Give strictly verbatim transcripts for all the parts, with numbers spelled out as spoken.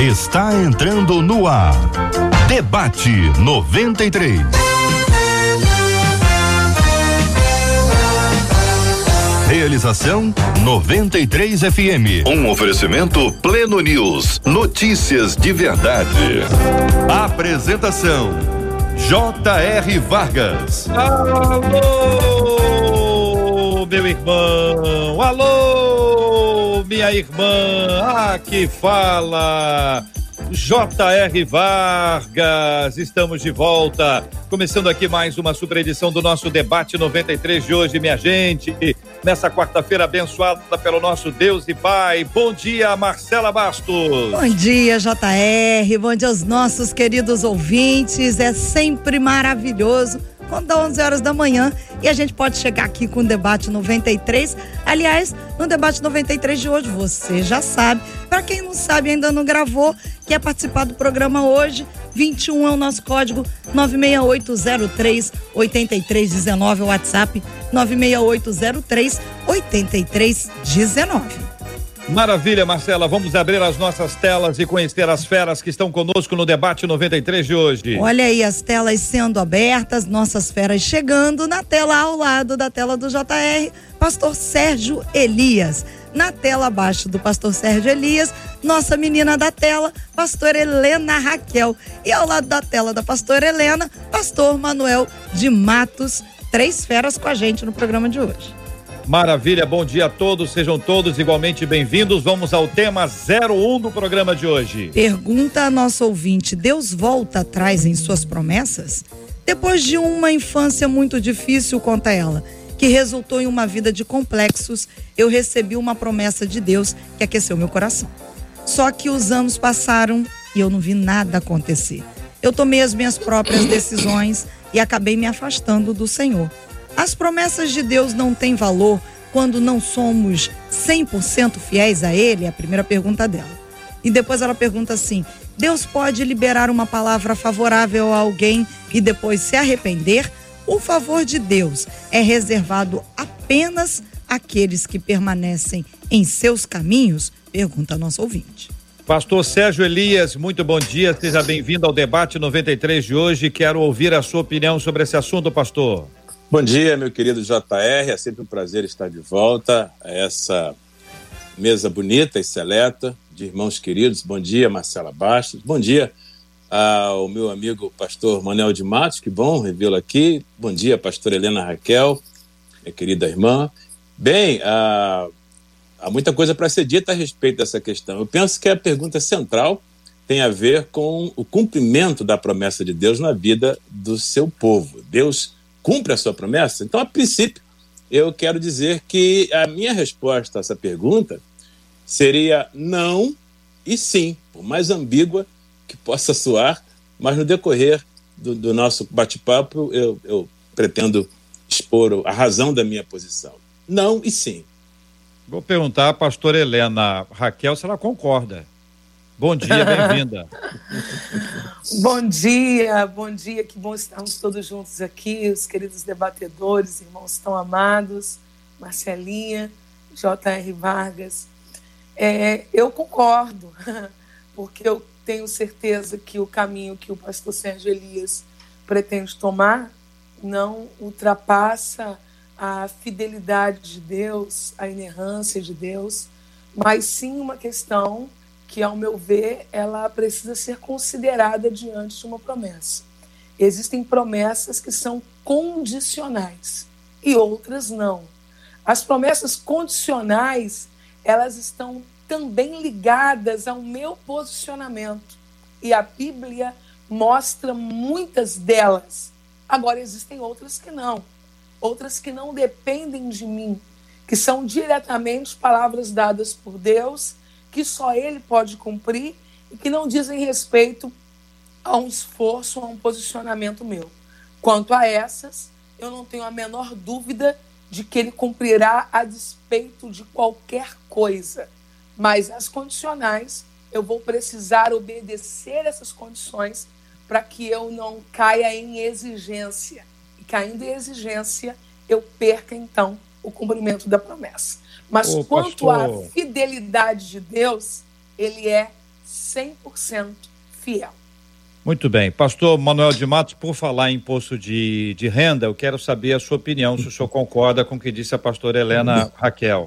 Está entrando no ar. Debate noventa e três. Realização noventa e três F M. Um oferecimento Pleno News. Notícias de verdade. Apresentação J R Vargas. Alô, meu irmão. Alô, minha irmã. Aqui fala J R Vargas. Estamos de volta. Começando aqui mais uma super edição do nosso Debate noventa e três de hoje, minha gente. Nessa quarta-feira abençoada pelo nosso Deus e Pai. Bom dia, Marcela Bastos. Bom dia, J R. Bom dia aos nossos queridos ouvintes. É sempre maravilhoso quando dá onze horas da manhã e a gente pode chegar aqui com o Debate noventa e três. Aliás, no Debate noventa e três de hoje, você já sabe. Para quem não sabe, ainda não gravou, quer participar do programa hoje, vinte e um é o nosso código, nove seis oito zero três oito três um nove, é o WhatsApp, nove seis oito zero três oito três um nove. Maravilha, Marcela. Vamos abrir as nossas telas e conhecer as feras que estão conosco no Debate noventa e três de hoje. Olha aí as telas sendo abertas, nossas feras chegando. Na tela ao lado da tela do J R, Pastor Sérgio Elias. Na tela abaixo do Pastor Sérgio Elias, nossa menina da tela, Pastor Helena Raquel. E ao lado da tela da Pastor Helena, Pastor Manuel de Matos. Três feras com a gente no programa de hoje. Maravilha, bom dia a todos, sejam todos igualmente bem-vindos. Vamos ao tema zero um do programa de hoje. Pergunta a nosso ouvinte: Deus volta atrás em suas promessas? Depois de uma infância muito difícil, conta ela, que resultou em uma vida de complexos, eu recebi uma promessa de Deus que aqueceu meu coração. Só que os anos passaram e eu não vi nada acontecer. Eu tomei as minhas próprias decisões e acabei me afastando do Senhor. As promessas de Deus não têm valor quando não somos cem por cento fiéis a Ele? É a primeira pergunta dela. E depois ela pergunta assim: Deus pode liberar uma palavra favorável a alguém e depois se arrepender? O favor de Deus é reservado apenas àqueles que permanecem em seus caminhos? Pergunta a nosso ouvinte. Pastor Sérgio Elias, muito bom dia, seja bem-vindo ao Debate noventa e três de hoje. Quero ouvir a sua opinião sobre esse assunto, pastor. Bom dia, meu querido J R, é sempre um prazer estar de volta a essa mesa bonita e seleta de irmãos queridos. Bom dia, Marcela Bastos. Bom dia ao meu amigo pastor Manuel de Matos, que bom revê-lo aqui. Bom dia, pastor Helena Raquel, minha querida irmã. Bem, há, há muita coisa para ser dita a respeito dessa questão. Eu penso que a pergunta central tem a ver com o cumprimento da promessa de Deus na vida do seu povo. Deus cumpre a sua promessa? Então, a princípio, eu quero dizer que a minha resposta a essa pergunta seria não e sim, por mais ambígua que possa soar, mas no decorrer do, do nosso bate-papo eu, eu pretendo expor a razão da minha posição. Não e sim. Vou perguntar à pastora Helena Raquel se ela concorda. Bom dia, bem-vinda. Bom dia, bom dia, que bom estarmos todos juntos aqui, os queridos debatedores, irmãos tão amados, Marcelinha, J R Vargas. É, eu concordo, porque eu tenho certeza que o caminho que o pastor Sérgio Elias pretende tomar não ultrapassa a fidelidade de Deus, a inerrância de Deus, mas sim uma questão que, ao meu ver, ela precisa ser considerada diante de uma promessa. Existem promessas que são condicionais e outras não. As promessas condicionais, elas estão também ligadas ao meu posicionamento. E a Bíblia mostra muitas delas. Agora, existem outras que não. Outras que não dependem de mim, que são diretamente palavras dadas por Deus, que só Ele pode cumprir e que não dizem respeito a um esforço, a um posicionamento meu. Quanto a essas, eu não tenho a menor dúvida de que Ele cumprirá a despeito de qualquer coisa. Mas as condicionais, eu vou precisar obedecer essas condições para que eu não caia em exigência. E caindo em exigência, eu perca, então, o cumprimento da promessa. Mas Ô, quanto pastor... à fidelidade de Deus, Ele é cem por cento fiel. Muito bem. Pastor Manuel de Matos, por falar em imposto de, de renda, eu quero saber a sua opinião, se o senhor concorda com o que disse a pastora Helena Raquel.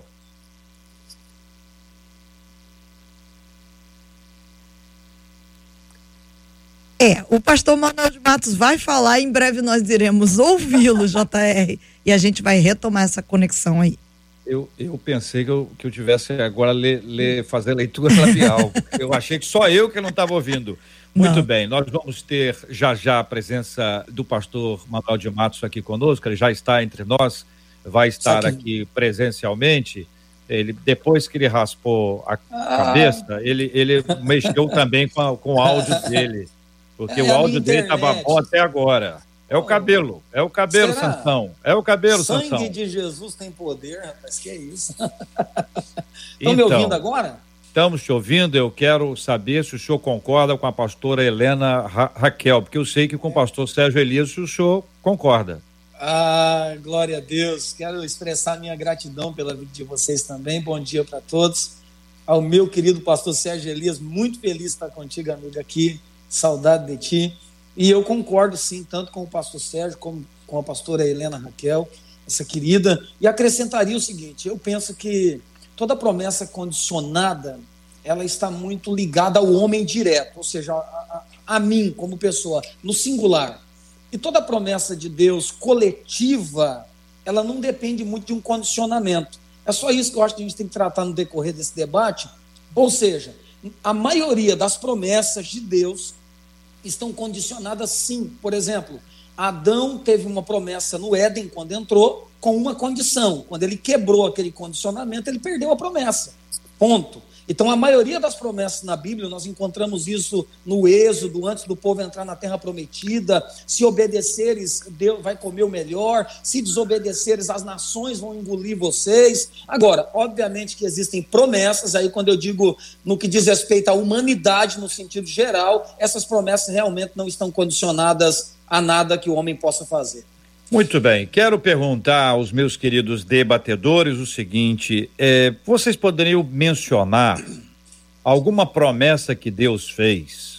É, o pastor Manuel de Matos vai falar, em breve nós iremos ouvi-lo, J R, e a gente vai retomar essa conexão aí. Eu, eu pensei que eu, que eu tivesse agora ler, ler, fazer leitura labial. Eu achei que só eu que não estava ouvindo. Muito não. Bem, nós vamos ter já já a presença do pastor Manuel de Matos aqui conosco, ele já está entre nós, vai estar aqui presencialmente. Ele, depois que ele raspou a ah. cabeça, ele, ele mexeu também com, a, com o áudio dele, porque é o áudio dele estava bom até agora. É o cabelo, é o cabelo, Será? Sansão. É o cabelo, Sangue Sansão. Sangue de Jesus tem poder, rapaz, que é isso? Estão então, me ouvindo agora? Estamos te ouvindo, eu quero saber se o senhor concorda com a pastora Helena Ra- Raquel, porque eu sei que com o pastor Sérgio Elias o senhor concorda. Ah, glória a Deus, quero expressar minha gratidão pela vida de vocês também, bom dia para todos. Ao meu querido pastor Sérgio Elias, muito feliz de estar contigo, amigo, aqui, saudade de ti. E eu concordo, sim, tanto com o pastor Sérgio como com a pastora Helena Raquel, essa querida, e acrescentaria o seguinte, eu penso que toda promessa condicionada, ela está muito ligada ao homem direto, ou seja, a, a, a mim como pessoa, no singular. E toda promessa de Deus coletiva, ela não depende muito de um condicionamento. É só isso que eu acho que a gente tem que tratar no decorrer desse debate. Ou seja, a maioria das promessas de Deus estão condicionadas sim. Por exemplo, Adão teve uma promessa no Éden quando entrou, com uma condição. Quando ele quebrou aquele condicionamento, ele perdeu a promessa. Ponto. Então, a maioria das promessas na Bíblia, nós encontramos isso no Êxodo, antes do povo entrar na Terra Prometida. Se obedeceres, Deus vai comer o melhor. Se desobedeceres, as nações vão engolir vocês. Agora, obviamente que existem promessas, aí quando eu digo no que diz respeito à humanidade, no sentido geral, essas promessas realmente não estão condicionadas a nada que o homem possa fazer. Muito bem, quero perguntar aos meus queridos debatedores o seguinte, é, vocês poderiam mencionar alguma promessa que Deus fez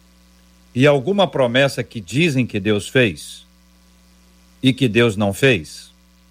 e alguma promessa que dizem que Deus fez e que Deus não fez?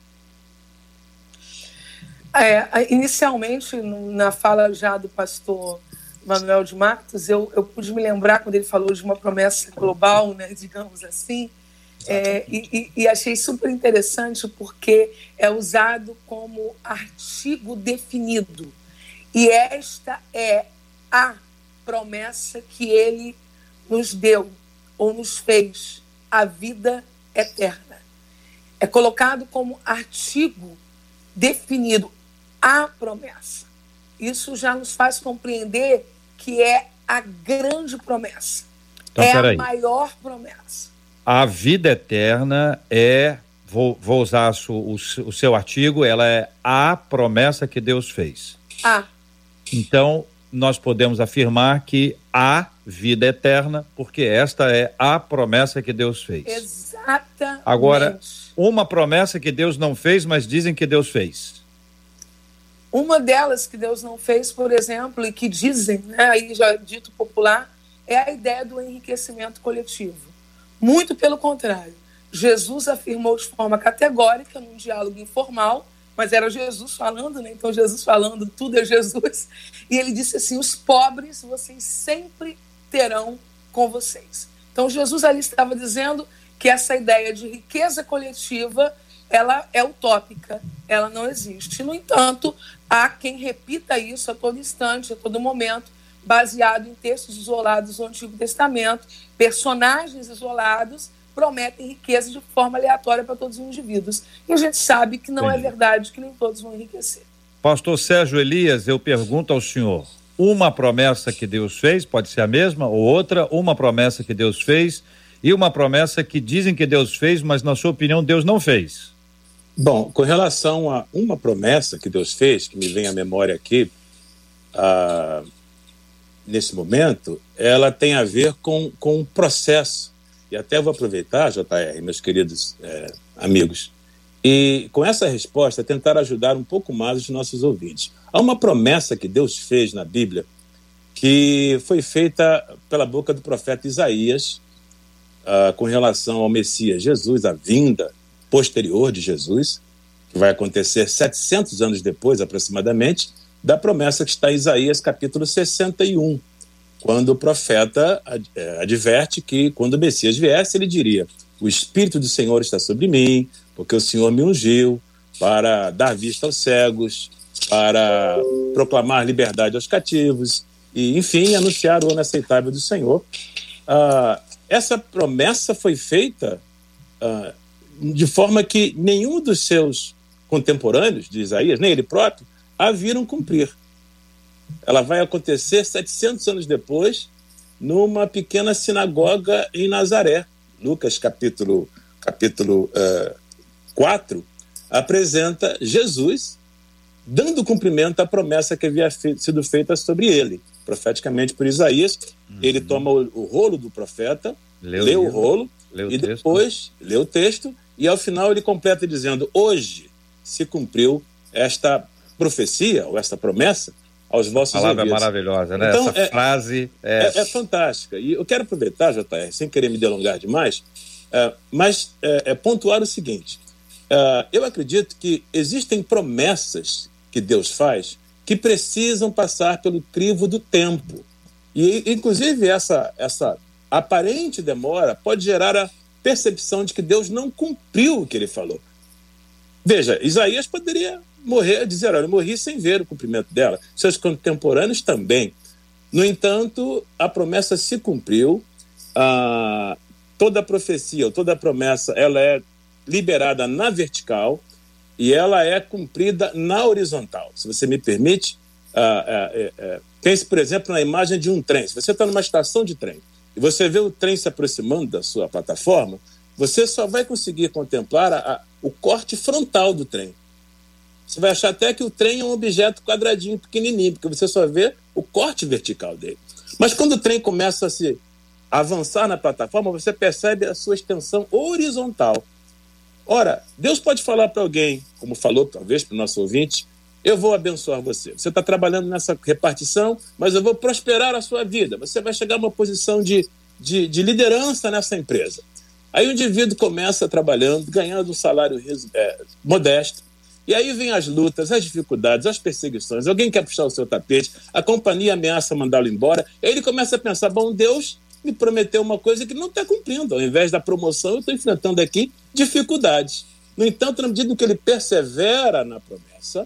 É, inicialmente, na fala já do pastor Manuel de Matos, eu, eu pude me lembrar quando ele falou de uma promessa global, né, digamos assim. É, e, e achei super interessante porque é usado como artigo definido. E esta é a promessa que ele nos deu, ou nos fez, a vida eterna. É colocado como artigo definido, a promessa. Isso já nos faz compreender que é a grande promessa. Então, é a maior promessa. A vida eterna é, vou, vou usar o, o, o seu artigo, ela é a promessa que Deus fez. Ah. Então, nós podemos afirmar que há vida eterna, porque esta é a promessa que Deus fez. Exatamente. Agora, uma promessa que Deus não fez, mas dizem que Deus fez. Uma delas que Deus não fez, por exemplo, e que dizem, né, aí já dito popular, é a ideia do enriquecimento coletivo. Muito pelo contrário. Jesus afirmou de forma categórica, num diálogo informal, mas era Jesus falando, né? Então Jesus falando, tudo é Jesus. E ele disse assim, os pobres vocês sempre terão com vocês. Então Jesus ali estava dizendo que essa ideia de riqueza coletiva, ela é utópica, ela não existe. No entanto, há quem repita isso a todo instante, a todo momento, baseado em textos isolados do Antigo Testamento, personagens isolados prometem riqueza de forma aleatória para todos os indivíduos. E a gente sabe que não Entendi. É verdade, que nem todos vão enriquecer. Pastor Sérgio Elias, eu pergunto ao senhor, uma promessa que Deus fez, pode ser a mesma ou outra, uma promessa que Deus fez e uma promessa que dizem que Deus fez, mas na sua opinião Deus não fez. Bom, com relação a uma promessa que Deus fez, que me vem à memória aqui, a... nesse momento, ela tem a ver com, com o processo. E até vou aproveitar, J R, meus queridos é, amigos, e com essa resposta tentar ajudar um pouco mais os nossos ouvintes. Há uma promessa que Deus fez na Bíblia que foi feita pela boca do profeta Isaías uh, com relação ao Messias Jesus, a vinda posterior de Jesus, que vai acontecer setecentos anos depois, aproximadamente, da promessa que está em Isaías capítulo sessenta e um, quando o profeta adverte que quando o Messias viesse, ele diria: o Espírito do Senhor está sobre mim, porque o Senhor me ungiu para dar vista aos cegos, para proclamar liberdade aos cativos e, enfim, anunciar o ano aceitável do Senhor. Ah, essa promessa foi feita ah, de forma que nenhum dos seus contemporâneos de Isaías, nem ele próprio, a viram cumprir. Ela vai acontecer setecentos anos depois, numa pequena sinagoga em Nazaré. Lucas capítulo, capítulo uh, quatro apresenta Jesus dando cumprimento à promessa que havia fe- sido feita sobre ele, profeticamente por Isaías. Uhum. Ele toma o, o rolo do profeta, leu, lê o rolo, leu e depois lê o texto, e ao final ele completa dizendo: hoje se cumpriu esta profecia, ou esta promessa, aos vossos ouvidos. A palavra é maravilhosa, né? Então, essa é, frase é... É, é fantástica. E eu quero aproveitar, J R, sem querer me delongar demais, é, mas é, é pontuar o seguinte: é, eu acredito que existem promessas que Deus faz que precisam passar pelo crivo do tempo. E, inclusive, essa, essa aparente demora pode gerar a percepção de que Deus não cumpriu o que ele falou. Veja, Isaías poderia morrer, dizer: olha, eu morri sem ver o cumprimento dela. Seus contemporâneos também. No entanto, a promessa se cumpriu. Ah, toda a profecia, toda a promessa, ela é liberada na vertical e ela é cumprida na horizontal. Se você me permite, ah, ah, ah, pense, por exemplo, na imagem de um trem. Se você está numa estação de trem e você vê o trem se aproximando da sua plataforma, você só vai conseguir contemplar a, a, o corte frontal do trem. Você vai achar até que o trem é um objeto quadradinho, pequenininho, porque você só vê o corte vertical dele. Mas quando o trem começa a se avançar na plataforma, você percebe a sua extensão horizontal. Ora, Deus pode falar para alguém, como falou talvez para o nosso ouvinte: eu vou abençoar você. Você está trabalhando nessa repartição, mas eu vou prosperar a sua vida. Você vai chegar a uma posição de, de, de liderança nessa empresa. Aí o indivíduo começa trabalhando, ganhando um salário é, modesto, e aí vem as lutas, as dificuldades, as perseguições, alguém quer puxar o seu tapete, a companhia ameaça mandá-lo embora, aí ele começa a pensar: bom, Deus me prometeu uma coisa que não está cumprindo, ao invés da promoção eu estou enfrentando aqui dificuldades. No entanto, na medida que ele persevera na promessa,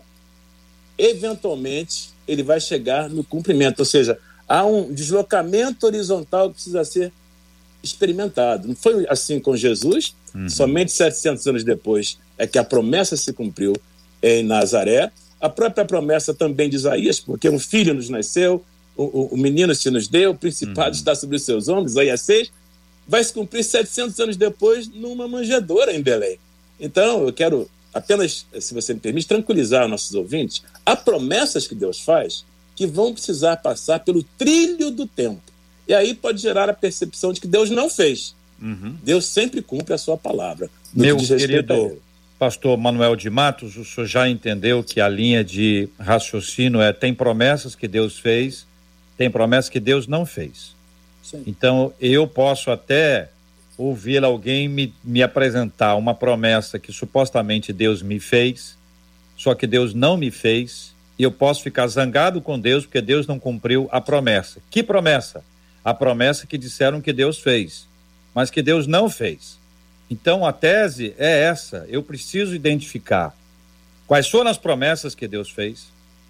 eventualmente ele vai chegar no cumprimento, ou seja, há um deslocamento horizontal que precisa ser experimentado. Não foi assim com Jesus, uhum. Somente setecentos anos depois é que a promessa se cumpriu em Nazaré. A própria promessa também de Isaías, porque um filho nos nasceu, o, o, o menino se nos deu, o principado uhum. está sobre os seus ombros, Isaías seis, vai se cumprir setecentos anos depois numa manjedoura em Belém. Então, eu quero apenas, se você me permite, tranquilizar nossos ouvintes. Há promessas que Deus faz que vão precisar passar pelo trilho do tempo. E aí pode gerar a percepção de que Deus não fez. Uhum. Deus sempre cumpre a sua palavra. Meu querido pastor Manuel de Matos, o senhor já entendeu que a linha de raciocínio é: tem promessas que Deus fez, tem promessas que Deus não fez. Sim. Então, eu posso até ouvir alguém me, me apresentar uma promessa que supostamente Deus me fez, só que Deus não me fez, e eu posso ficar zangado com Deus porque Deus não cumpriu a promessa. Que promessa? A promessa que disseram que Deus fez, mas que Deus não fez. Então, a tese é essa: eu preciso identificar quais foram as promessas que Deus fez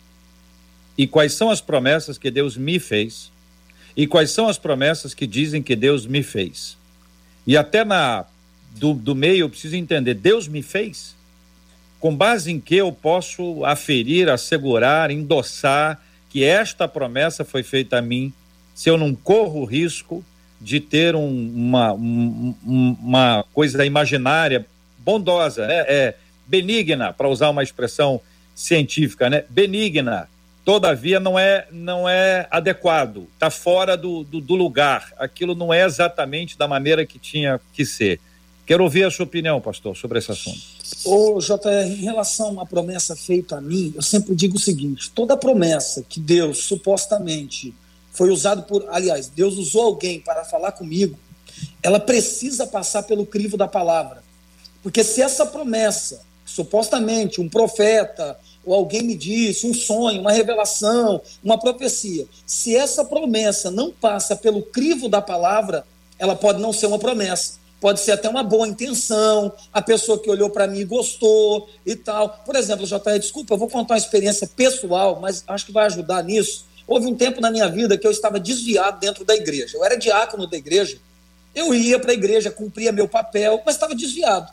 e quais são as promessas que Deus me fez e quais são as promessas que dizem que Deus me fez. E até na, do, do meio eu preciso entender: Deus me fez? Com base em que eu posso aferir, assegurar, endossar que esta promessa foi feita a mim, se eu não corro o risco de ter um, uma, um, uma coisa imaginária, bondosa, né? É, benigna, para usar uma expressão científica, né? Benigna, todavia não é, não é adequado, está fora do, do, do lugar, aquilo não é exatamente da maneira que tinha que ser. Quero ouvir a sua opinião, pastor, sobre esse assunto. Ô, J R, em relação à promessa feita a mim, eu sempre digo o seguinte: toda promessa que Deus supostamente foi usado por, aliás, Deus usou alguém para falar comigo, ela precisa passar pelo crivo da palavra. Porque se essa promessa, supostamente um profeta, ou alguém me disse, um sonho, uma revelação, uma profecia, se essa promessa não passa pelo crivo da palavra, ela pode não ser uma promessa. Pode ser até uma boa intenção, a pessoa que olhou para mim e gostou e tal. Por exemplo, J R, desculpa, eu vou contar uma experiência pessoal, mas acho que vai ajudar nisso. Houve um tempo na minha vida que eu estava desviado dentro da igreja. Eu era diácono da igreja, eu ia para a igreja, cumpria meu papel, mas estava desviado.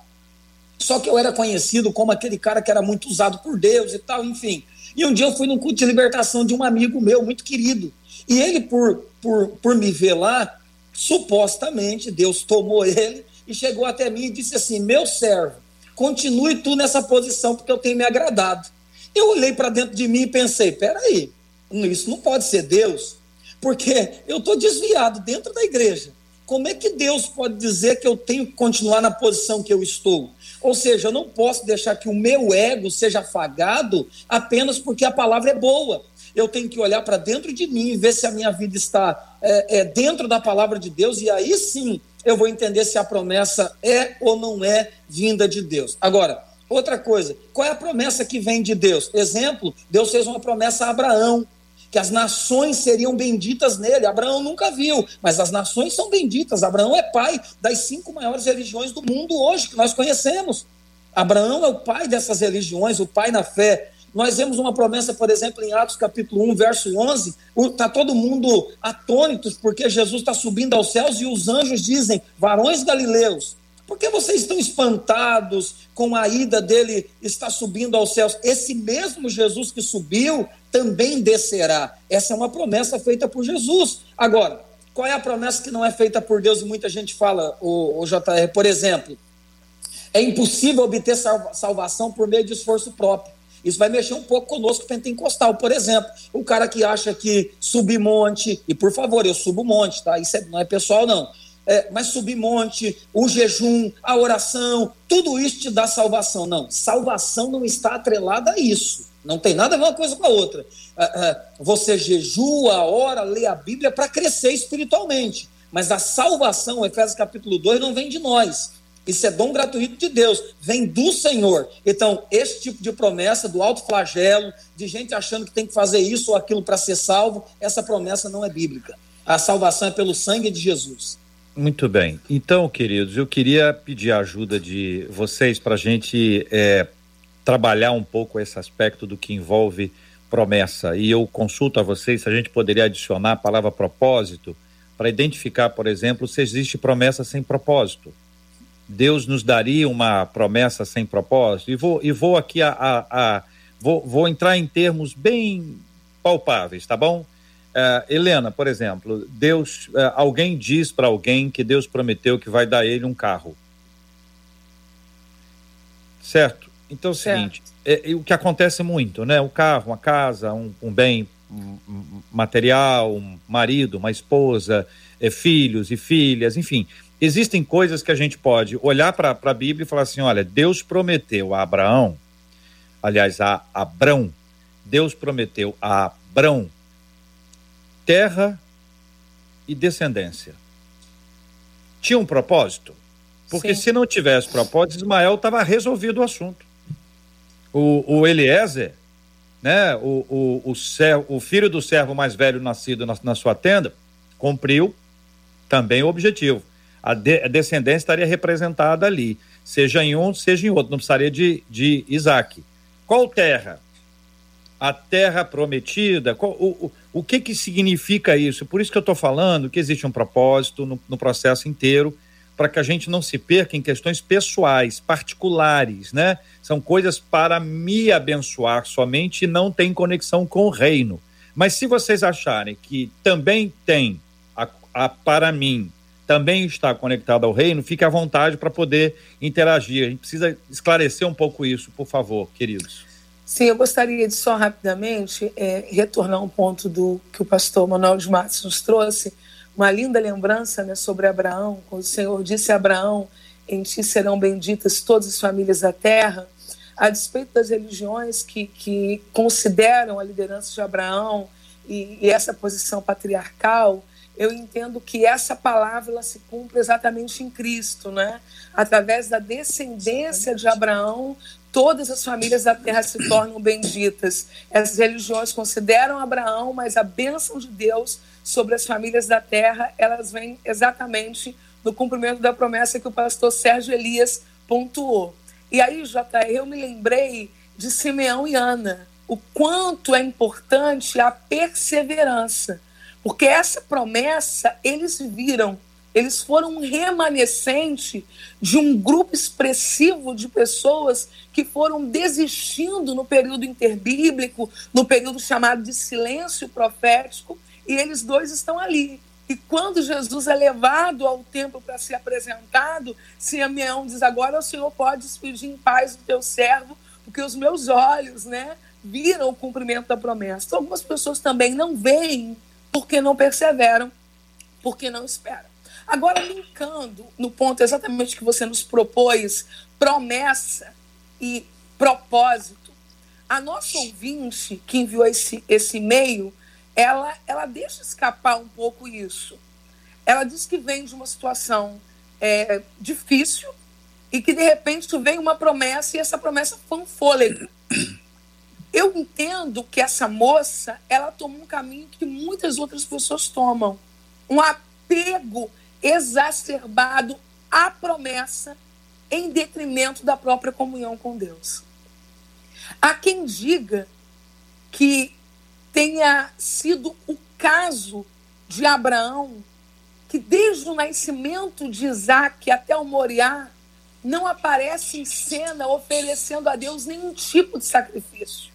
Só que eu era conhecido como aquele cara que era muito usado por Deus e tal, enfim. E um dia eu fui num culto de libertação de um amigo meu, muito querido. E ele, por, por, por me ver lá, supostamente, Deus tomou ele e chegou até mim e disse assim: meu servo, continue tu nessa posição porque eu tenho me agradado. Eu olhei para dentro de mim e pensei, peraí, isso não pode ser Deus, porque eu estou desviado dentro da igreja. Como é que Deus pode dizer que eu tenho que continuar na posição que eu estou? Ou seja, eu não posso deixar que o meu ego seja afagado apenas porque a palavra é boa. Eu tenho que olhar para dentro de mim e ver se a minha vida está é, é, dentro da palavra de Deus, e aí sim eu vou entender se a promessa é ou não é vinda de Deus. Agora, outra coisa, qual é a promessa que vem de Deus? Exemplo, Deus fez uma promessa a Abraão, que as nações seriam benditas nele. Abraão nunca viu, mas as nações são benditas. Abraão é pai das cinco maiores religiões do mundo hoje, que nós conhecemos. Abraão é o pai dessas religiões, o pai na fé. Nós vemos uma promessa, por exemplo, em Atos capítulo um, verso onze, está todo mundo atônitos porque Jesus está subindo aos céus e os anjos dizem: varões galileus, por que vocês estão espantados com a ida dele estar subindo aos céus? Esse mesmo Jesus que subiu também descerá. Essa é uma promessa feita por Jesus. Agora, qual é a promessa que não é feita por Deus e muita gente fala, o, o J R? Por exemplo, é impossível obter salvação por meio de esforço próprio. Isso vai mexer um pouco conosco pentecostal. Por exemplo, o cara que acha que subir monte, e por favor, eu subo monte, tá? Isso é, não é pessoal, não. É, mas subir monte, o jejum, a oração, tudo isso te dá salvação. Não, salvação não está atrelada a isso. Não tem nada a ver uma coisa com a outra. É, é, você jejua, ora, lê a Bíblia para crescer espiritualmente. Mas a salvação, Efésios capítulo dois, não vem de nós. Isso é dom gratuito de Deus, vem do Senhor. Então, esse tipo de promessa do alto flagelo, de gente achando que tem que fazer isso ou aquilo para ser salvo, essa promessa não é bíblica. A salvação é pelo sangue de Jesus. Muito bem. Então, queridos, eu queria pedir a ajuda de vocês para a gente é, trabalhar um pouco esse aspecto do que envolve promessa. E eu consulto a vocês se a gente poderia adicionar a palavra propósito para identificar, por exemplo, se existe promessa sem propósito. Deus nos daria uma promessa sem propósito? E vou, e vou aqui a, a, a vou, vou entrar em termos bem palpáveis, tá bom? Uh, Helena, por exemplo, Deus, uh, alguém diz para alguém que Deus prometeu que vai dar a ele um carro. Certo? Então é o certo. seguinte, é, é o que acontece muito, né? Um carro, uma casa, um, um bem um, um material, um marido, uma esposa, é, filhos e filhas, enfim. Existem coisas que a gente pode olhar para a Bíblia e falar assim, olha, Deus prometeu a Abraão, aliás, a Abrão, Deus prometeu a Abrão terra e descendência. Tinha um propósito? Porque Sim. se não tivesse propósito, Ismael estava resolvido o assunto. O, o Eliezer, né, o, o, o, servo, o filho do servo mais velho nascido na, na sua tenda, cumpriu também o objetivo. A, de, a descendência estaria representada ali, seja em um, seja em outro, não precisaria de, de Isaac. Qual terra? A terra prometida, qual, o, o, o que que significa isso? Por isso que eu estou falando que existe um propósito no, no processo inteiro, para que a gente não se perca em questões pessoais, particulares, né? São coisas para me abençoar somente e não tem conexão com o reino. Mas se vocês acharem que também tem, a, a, para mim, também está conectado ao reino, fique à vontade para poder interagir. A gente precisa esclarecer um pouco isso, por favor, queridos. Sim, eu gostaria de só rapidamente é, retornar um ponto do que o pastor Manuel de Matos nos trouxe, uma linda lembrança, né, sobre Abraão, quando o Senhor disse a Abraão, em ti serão benditas todas as famílias da terra, a despeito das religiões que, que consideram a liderança de Abraão e, e essa posição patriarcal, eu entendo que essa palavra ela se cumpre exatamente em Cristo, né? Através da descendência de Abraão, todas as famílias da terra se tornam benditas. As religiões consideram Abraão, mas a bênção de Deus sobre as famílias da terra, elas vêm exatamente no cumprimento da promessa que o pastor Sérgio Elias pontuou. E aí, J R, eu me lembrei de Simeão e Ana, o quanto é importante a perseverança. Porque essa promessa, eles viram, eles foram um remanescente de um grupo expressivo de pessoas que foram desistindo no período interbíblico, no período chamado de silêncio profético, e eles dois estão ali. E quando Jesus é levado ao templo para ser apresentado, Simeão diz, agora o Senhor pode despedir em paz o teu servo, porque os meus olhos, né, viram o cumprimento da promessa. Então, algumas pessoas também não veem porque não perseveram, porque não esperam. Agora, linkando no ponto exatamente que você nos propôs, promessa e propósito, a nossa ouvinte que enviou esse, esse e-mail, ela, ela deixa escapar um pouco isso. Ela diz que vem de uma situação é, difícil e que, de repente, vem uma promessa e essa promessa foi um fôlego. Eu entendo que essa moça, ela tomou um caminho que muitas outras pessoas tomam. Um apego exacerbado à promessa em detrimento da própria comunhão com Deus. Há quem diga que tenha sido o caso de Abraão, que desde o nascimento de Isaac até o Moriá, não aparece em cena oferecendo a Deus nenhum tipo de sacrifício.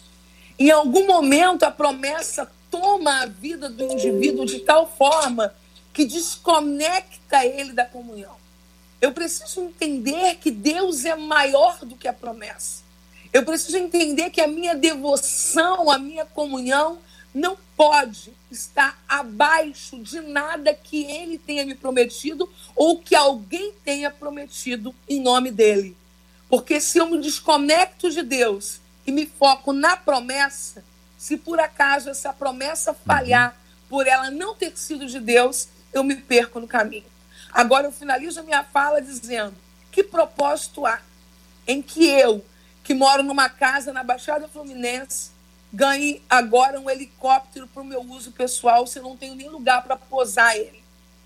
Em algum momento, a promessa toma a vida do indivíduo de tal forma que desconecta ele da comunhão. Eu preciso entender que Deus é maior do que a promessa. Eu preciso entender que a minha devoção, a minha comunhão, não pode estar abaixo de nada que ele tenha me prometido ou que alguém tenha prometido em nome dele. Porque se eu me desconecto de Deus e me foco na promessa, se por acaso essa promessa falhar, por ela não ter sido de Deus, eu me perco no caminho. Agora eu finalizo a minha fala dizendo, que propósito há em que eu, que moro numa casa na Baixada Fluminense, ganhe agora um helicóptero para o meu uso pessoal, se eu não tenho nem lugar para pousar ele?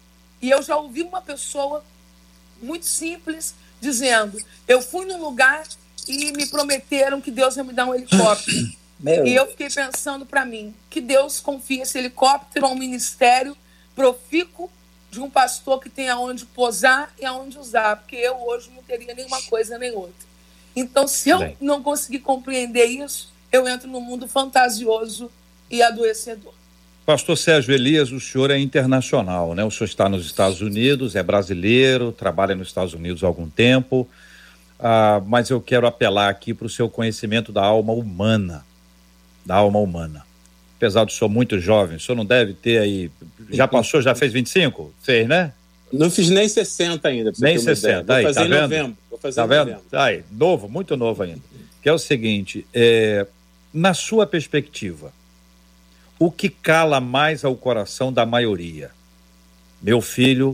E eu já ouvi uma pessoa muito simples dizendo, eu fui num lugar e me prometeram que Deus ia me dar um helicóptero. Meu. E eu fiquei pensando para mim, que Deus confie esse helicóptero a um ministério profícuo de um pastor que tem aonde pousar e aonde usar, porque eu hoje não teria nenhuma coisa nem outra. Então, se eu Bem. não conseguir compreender isso, eu entro num mundo fantasioso e adoecedor. Pastor Sérgio Elias, o senhor é internacional, né? O senhor está nos Estados Unidos, é brasileiro, trabalha nos Estados Unidos há algum tempo. Ah, mas eu quero apelar aqui para o seu conhecimento da alma humana, da alma humana. Apesar do senhor muito jovem, o senhor não deve ter aí, já passou, já fez vinte e cinco? Fez, né? Não fiz nem sessenta ainda. Nem sessenta, aí, Vou fazer tá em vendo? novembro. Vou fazer tá em vendo? novembro. Aí, novo, muito novo ainda. Que é o seguinte, é, na sua perspectiva, o que cala mais ao coração da maioria? Meu filho,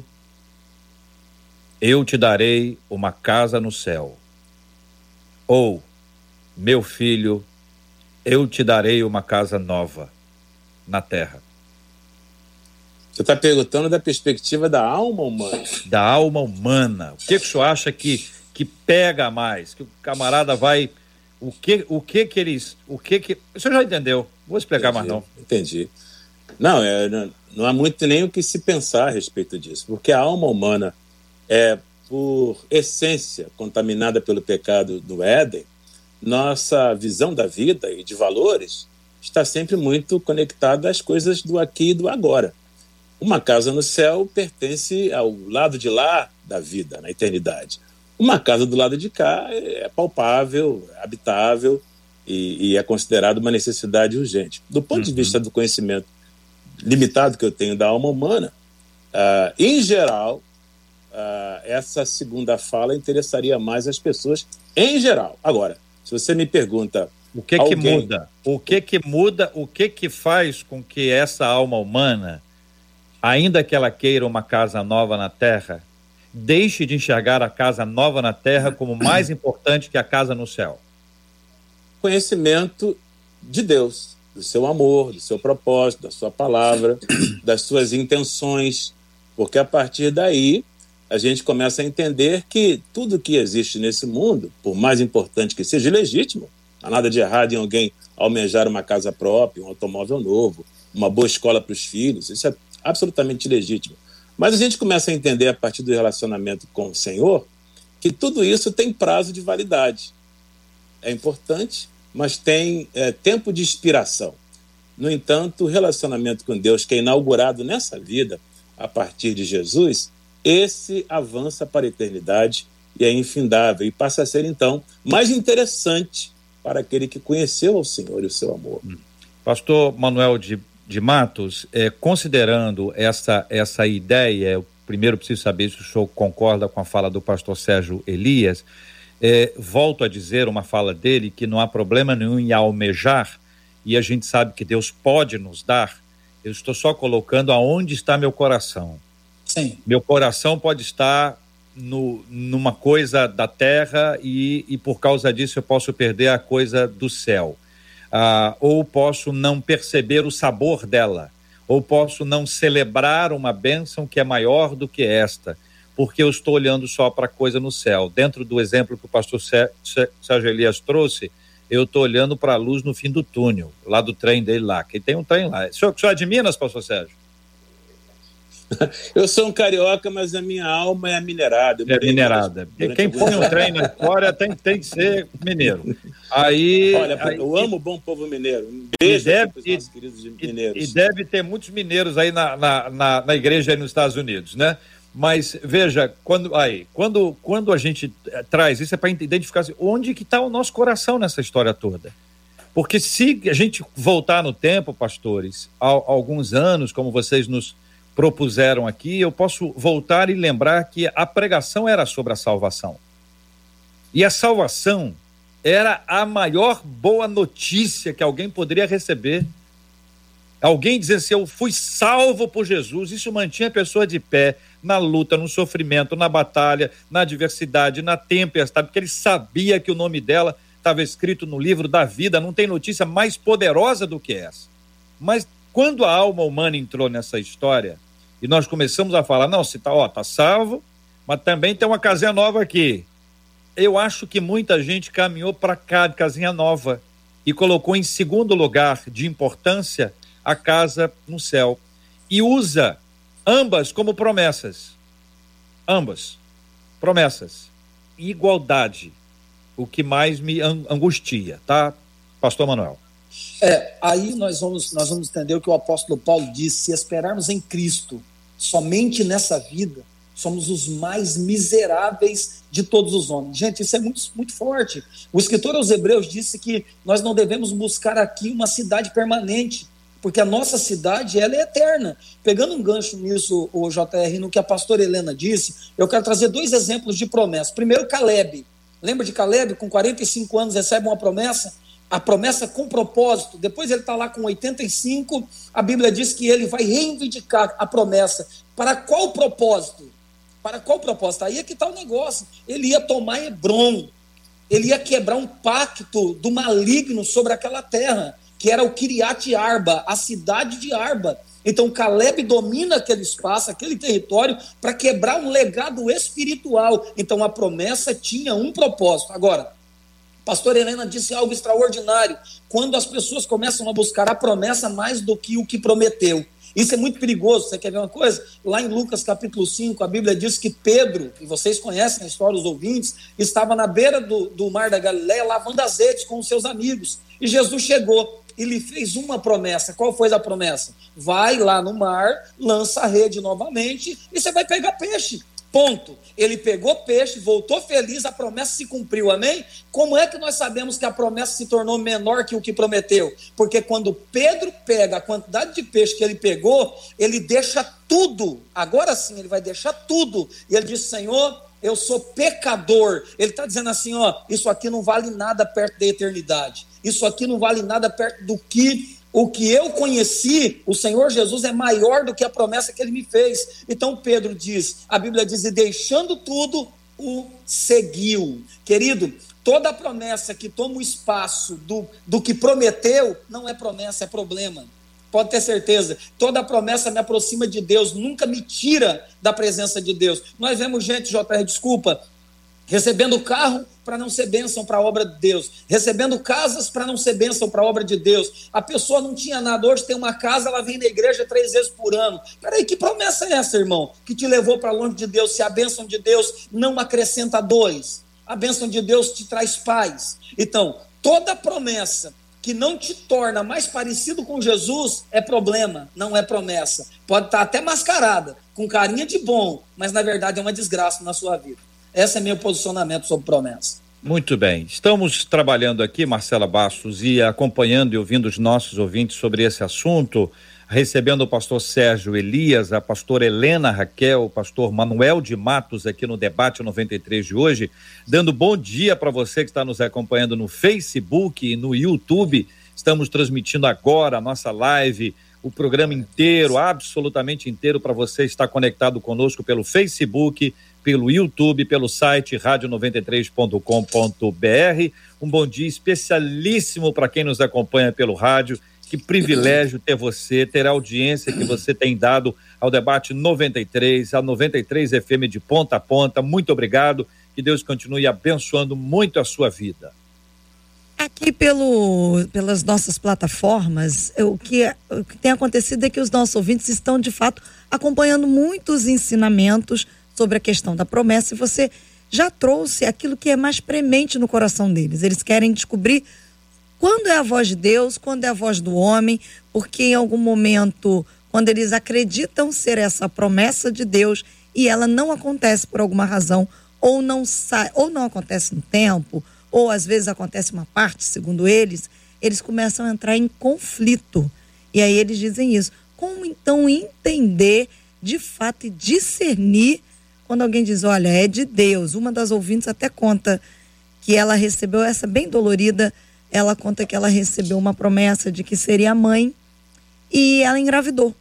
eu te darei uma casa no céu. Ou, meu filho, eu te darei uma casa nova na terra. Você está perguntando da perspectiva da alma humana. Da alma humana. O que, que o senhor acha que, que pega mais? Que o camarada vai... O que, o que que eles... O que que... O senhor já entendeu? Vou explicar Entendi, mais não. Entendi. Não, é, não, não há muito nem o que se pensar a respeito disso, porque a alma humana é, por essência, contaminada pelo pecado do Éden, nossa visão da vida e de valores está sempre muito conectada às coisas do aqui e do agora. Uma casa no céu pertence ao lado de lá da vida, na eternidade. Uma casa do lado de cá é palpável, habitável e, e é considerado uma necessidade urgente. Do ponto uhum. de vista do conhecimento limitado que eu tenho da alma humana, uh, em geral, uh, essa segunda fala interessaria mais as pessoas em geral. Agora, se você me pergunta O que alguém... que muda? O que que muda? O que que faz com que essa alma humana, ainda que ela queira uma casa nova na terra, deixe de enxergar a casa nova na terra como mais importante que a casa no céu? Conhecimento de Deus, do seu amor, do seu propósito, da sua palavra, das suas intenções, porque a partir daí a gente começa a entender que tudo que existe nesse mundo, por mais importante que seja, legítimo. Não há nada de errado em alguém almejar uma casa própria, um automóvel novo, uma boa escola para os filhos, isso é absolutamente legítimo. Mas a gente começa a entender a partir do relacionamento com o Senhor que tudo isso tem prazo de validade. É importante, mas tem é, tempo de expiração. No entanto, o relacionamento com Deus que é inaugurado nessa vida, a partir de Jesus, esse avança para a eternidade e é infindável e passa a ser, então, mais interessante para aquele que conheceu ao Senhor e o seu amor. Pastor Manuel de, de Matos, é, considerando essa, essa ideia, eu primeiro preciso saber se o senhor concorda com a fala do pastor Sérgio Elias, é, volto a dizer uma fala dele, que não há problema nenhum em almejar, e a gente sabe que Deus pode nos dar. Eu estou só colocando aonde está meu coração. Sim. Meu coração pode estar no, numa coisa da terra e, e por causa disso eu posso perder a coisa do céu. Ah, ou posso não perceber o sabor dela, ou posso não celebrar uma bênção que é maior do que esta, porque eu estou olhando só para a coisa no céu. Dentro do exemplo que o pastor Sérgio Elias trouxe, eu estou olhando para a luz no fim do túnel, lá do trem dele lá, que tem um trem lá. O senhor, o senhor é de Minas, pastor Sérgio? Eu sou um carioca, mas a minha alma é minerada. É minerada. Quem põe um trem na história tem, tem que ser mineiro. Aí, Olha, aí, eu amo o bom povo mineiro. Um beijo e deve, para os nossos queridos mineiros. E, e deve ter muitos mineiros aí na, na, na, na igreja aí nos Estados Unidos, né? Mas veja, quando, aí, quando, quando a gente traz isso é para identificar assim, onde que está o nosso coração nessa história toda. Porque se a gente voltar no tempo, pastores, há, há alguns anos, como vocês nos propuseram aqui, eu posso voltar e lembrar que a pregação era sobre a salvação. E a salvação era a maior boa notícia que alguém poderia receber. Alguém dizer assim, eu fui salvo por Jesus, isso mantinha a pessoa de pé na luta, no sofrimento, na batalha, na adversidade, na tempestade, porque ele sabia que o nome dela estava escrito no livro da vida. Não tem notícia mais poderosa do que essa. Mas quando a alma humana entrou nessa história e nós começamos a falar, não, você está ó, tá salvo, mas também tem uma casinha nova aqui. Eu acho que muita gente caminhou para cá de casinha nova e colocou em segundo lugar de importância a casa no céu e usa ambas como promessas. Ambas. Promessas. Igualdade. O que mais me angustia, tá, pastor Manuel? É, aí nós vamos, nós vamos entender o que o apóstolo Paulo disse: se esperarmos em Cristo somente nessa vida, somos os mais miseráveis de todos os homens. Gente, isso é muito, muito forte. O escritor aos Hebreus disse que nós não devemos buscar aqui uma cidade permanente, porque a nossa cidade, ela é eterna. Pegando um gancho nisso, o J R, no que a pastora Helena disse, eu quero trazer dois exemplos de promessa. Primeiro, Caleb. Lembra de Caleb, com quarenta e cinco anos, recebe uma promessa? A promessa com propósito. Depois ele está lá com oitenta e cinco, a Bíblia diz que ele vai reivindicar a promessa. Para qual propósito? Para qual propósito? Aí é que está o negócio. Ele ia tomar Hebrom, ele ia quebrar um pacto do maligno sobre aquela terra, que era o Kiriat Arba, a cidade de Arba. Então Caleb domina aquele espaço, aquele território, para quebrar um legado espiritual. Então a promessa tinha um propósito. Agora, pastor Helena disse algo extraordinário: quando as pessoas começam a buscar a promessa mais do que o que prometeu. Isso é muito perigoso. Você quer ver uma coisa? Lá em Lucas capítulo cinco, a Bíblia diz que Pedro, e vocês conhecem a história, os ouvintes, estava na beira do, do mar da Galileia lavando as redes com os seus amigos. E Jesus chegou e lhe fez uma promessa. Qual foi a promessa? Vai lá no mar, lança a rede novamente e você vai pegar peixe. Ponto. Ele pegou peixe, voltou feliz, a promessa se cumpriu, amém? Como é que nós sabemos que a promessa se tornou menor que o que prometeu? Porque quando Pedro pega a quantidade de peixe que ele pegou, ele deixa tudo, agora sim ele vai deixar tudo, e ele diz: Senhor, eu sou pecador. Ele está dizendo assim, ó, isso aqui não vale nada perto da eternidade. Isso aqui não vale nada perto do que o que eu conheci. O Senhor Jesus é maior do que a promessa que ele me fez. Então Pedro diz, a Bíblia diz, e deixando tudo, o seguiu. Querido, toda promessa que toma o espaço do, do que prometeu, não é promessa, é problema. Pode ter certeza, toda promessa me aproxima de Deus, nunca me tira da presença de Deus. Nós vemos gente, J R, desculpa, recebendo carro para não ser bênção para a obra de Deus, recebendo casas para não ser bênção para a obra de Deus. A pessoa não tinha nada, hoje tem uma casa, ela vem na igreja três vezes por ano. Peraí, que promessa é essa, irmão? Que te levou para longe de Deus, se a bênção de Deus não acrescenta dois, a bênção de Deus te traz paz. Então, toda promessa que não te torna mais parecido com Jesus é problema, não é promessa. Pode estar até mascarada, com carinha de bom, mas na verdade é uma desgraça na sua vida. Esse é meu posicionamento sobre promessa. Muito bem, estamos trabalhando aqui, Marcela Bastos, e acompanhando e ouvindo os nossos ouvintes sobre esse assunto, recebendo o pastor Sérgio Elias, a pastora Helena Raquel, o pastor Manuel de Matos aqui no Debate noventa e três de hoje, dando bom dia para você que está nos acompanhando no Facebook e no YouTube. Estamos transmitindo agora a nossa live, o programa inteiro, absolutamente inteiro, para você estar conectado conosco pelo Facebook, pelo YouTube, pelo site rádio noventa e três ponto com ponto b r. Um bom dia especialíssimo para quem nos acompanha pelo rádio. Que privilégio ter você, ter a audiência que você tem dado ao Debate noventa e três, a noventa e três F M de ponta a ponta. Muito obrigado, que Deus continue abençoando muito a sua vida. Aqui pelo, pelas nossas plataformas, o que, o que tem acontecido é que os nossos ouvintes estão, de fato, acompanhando muitos ensinamentos sobre a questão da promessa, e você já trouxe aquilo que é mais premente no coração deles. Eles querem descobrir quando é a voz de Deus, quando é a voz do homem, porque em algum momento, quando eles acreditam ser essa promessa de Deus e ela não acontece por alguma razão, ou não sai, ou não acontece no tempo, ou às vezes acontece uma parte, segundo eles, eles começam a entrar em conflito. E aí eles dizem isso. Como então entender, de fato, e discernir quando alguém diz, olha, é de Deus? Uma das ouvintes até conta que ela recebeu essa bem dolorida. Ela conta que ela recebeu uma promessa de que seria mãe e ela engravidou.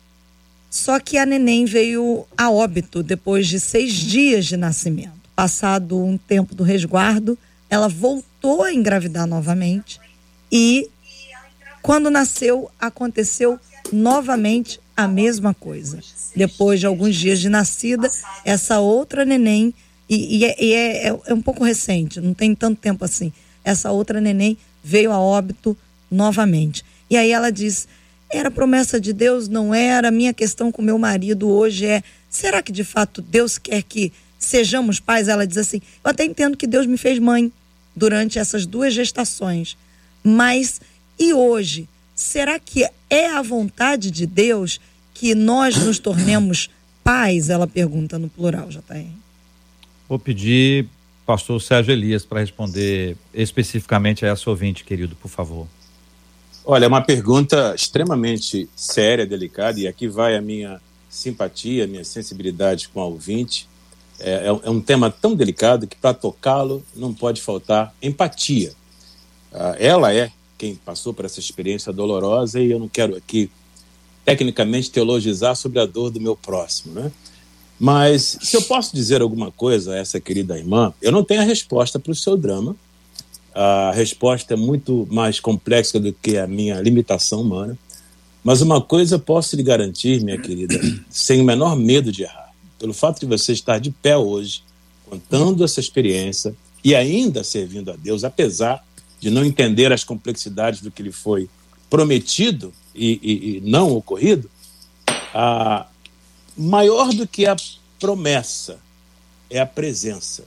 Só que a neném veio a óbito depois de seis dias de nascimento. Passado um tempo do resguardo, ela voltou a engravidar novamente e quando nasceu, aconteceu novamente a mesma coisa. Depois de alguns dias de nascida, essa outra neném, e, e, é, e é, é um pouco recente, não tem tanto tempo assim, essa outra neném veio a óbito novamente. E aí ela diz, era promessa de Deus? Não era? Minha questão com meu marido hoje é, será que de fato Deus quer que sejamos pais? Ela diz assim, eu até entendo que Deus me fez mãe durante essas duas gestações, mas e hoje? Será que é a vontade de Deus que nós nos tornemos pais? Ela pergunta no plural, J R. Vou pedir pastor Sérgio Elias para responder especificamente a essa ouvinte, querido, por favor. Olha, é uma pergunta extremamente séria, delicada, e aqui vai a minha simpatia, a minha sensibilidade com a ouvinte. É, é um tema tão delicado que para tocá-lo não pode faltar empatia. Ah, ela é quem passou por essa experiência dolorosa e eu não quero aqui tecnicamente teologizar sobre a dor do meu próximo, né? Mas se eu posso dizer alguma coisa a essa querida irmã, eu não tenho a resposta para o seu drama. A resposta é muito mais complexa do que a minha limitação humana. Mas uma coisa eu posso lhe garantir, minha querida, sem o menor medo de errar. Pelo fato de você estar de pé hoje, contando essa experiência e ainda servindo a Deus, apesar de não entender as complexidades do que lhe foi prometido e, e, e não ocorrido, a, maior do que a promessa é a presença.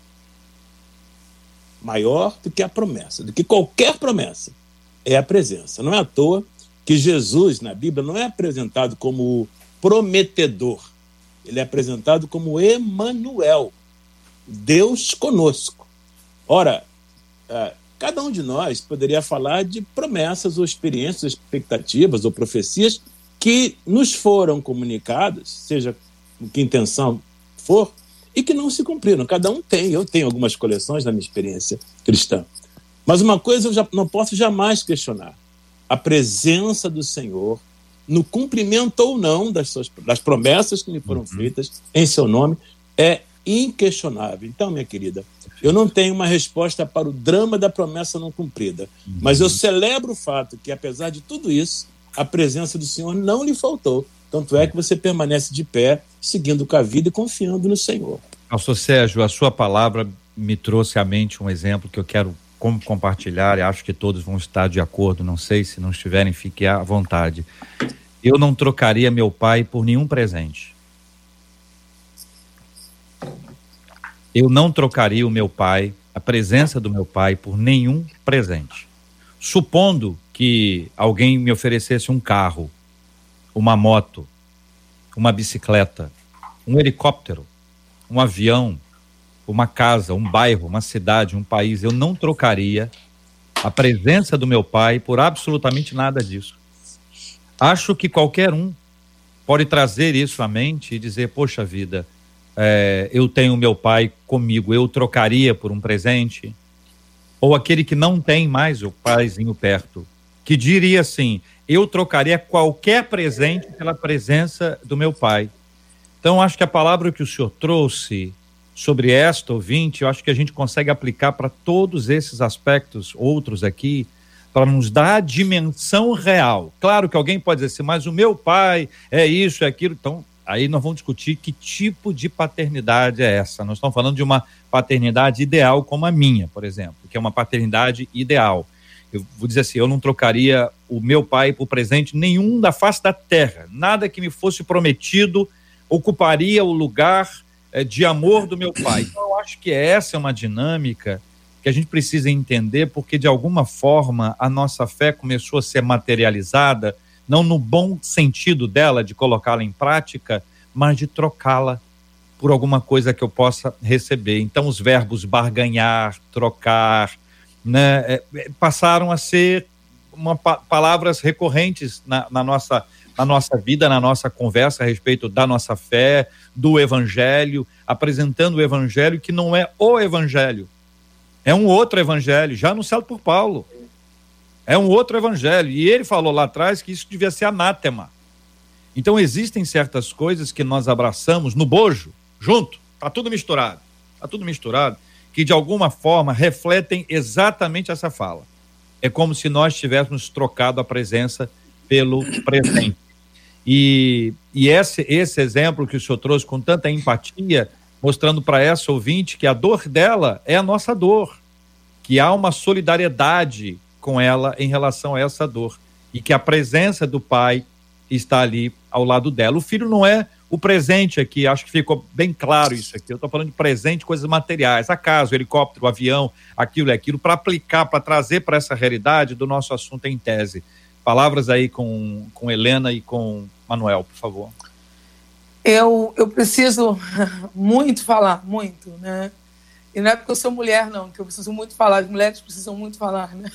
Maior do que a promessa, do que qualquer promessa, é a presença. Não é à toa que Jesus, na Bíblia, não é apresentado como o prometedor. Ele é apresentado como Emanuel, Deus conosco. Ora, cada um de nós poderia falar de promessas ou experiências, expectativas ou profecias que nos foram comunicadas, seja com que intenção for, e que não se cumpriram. Cada um tem, eu tenho algumas coleções na minha experiência cristã. Mas uma coisa eu já não posso jamais questionar: a presença do Senhor no cumprimento ou não das, suas, das promessas que me foram feitas em seu nome é inquestionável. Então, minha querida, eu não tenho uma resposta para o drama da promessa não cumprida, uhum. mas eu celebro o fato que, apesar de tudo isso, a presença do Senhor não lhe faltou. Tanto é que você permanece de pé, seguindo com a vida e confiando no Senhor. Pastor Sérgio, a sua palavra me trouxe à mente um exemplo que eu quero como compartilhar, e acho que todos vão estar de acordo, não sei, se não estiverem, fiquem à vontade. Eu não trocaria meu pai por nenhum presente. Eu não trocaria o meu pai, a presença do meu pai, por nenhum presente. Supondo que alguém me oferecesse um carro, uma moto, uma bicicleta, um helicóptero, um avião, uma casa, um bairro, uma cidade, um país, eu não trocaria a presença do meu pai por absolutamente nada disso. Acho que qualquer um pode trazer isso à mente e dizer, poxa vida, é, eu tenho meu pai comigo, eu trocaria por um presente? Ou aquele que não tem mais o paizinho perto, que diria assim, eu trocaria qualquer presente pela presença do meu pai. Então, acho que a palavra que o senhor trouxe sobre esta ouvinte, eu acho que a gente consegue aplicar para todos esses aspectos, outros aqui, para nos dar a dimensão real. Claro que alguém pode dizer assim, mas o meu pai é isso, é aquilo. Então, aí nós vamos discutir que tipo de paternidade é essa. Nós estamos falando de uma paternidade ideal como a minha, por exemplo, que é uma paternidade ideal. Eu vou dizer assim, eu não trocaria o meu pai por presente nenhum da face da terra. Nada que me fosse prometido ocuparia o lugar é, de amor do meu pai. Então, eu acho que essa é uma dinâmica que a gente precisa entender, porque de alguma forma a nossa fé começou a ser materializada, não no bom sentido dela, de colocá-la em prática, mas de trocá-la por alguma coisa que eu possa receber. Então os verbos barganhar, trocar, né, é, passaram a ser uma, palavras recorrentes na, na, nossa, na nossa vida, na nossa conversa a respeito da nossa fé, do evangelho, apresentando o evangelho que não é o evangelho. É um outro evangelho, já anunciado por Paulo. É um outro evangelho. E ele falou lá atrás que isso devia ser anátema. Então existem certas coisas que nós abraçamos no bojo, junto, está tudo misturado. Está tudo misturado, que de alguma forma refletem exatamente essa fala. É como se nós tivéssemos trocado a presença pelo presente. E, e esse, esse exemplo que o senhor trouxe com tanta empatia, mostrando para essa ouvinte que a dor dela é a nossa dor, que há uma solidariedade com ela em relação a essa dor, e que a presença do pai está ali ao lado dela. O filho não é o presente aqui, acho que ficou bem claro isso aqui, eu estou falando de presente, coisas materiais, a casa, o helicóptero, o avião, aquilo e aquilo, para aplicar, para trazer para essa realidade do nosso assunto em tese. Palavras aí com, com Helena e com Manuel, por favor. Eu, eu preciso muito falar, muito, né? E não é porque eu sou mulher, não, que eu preciso muito falar. As mulheres precisam muito falar, né?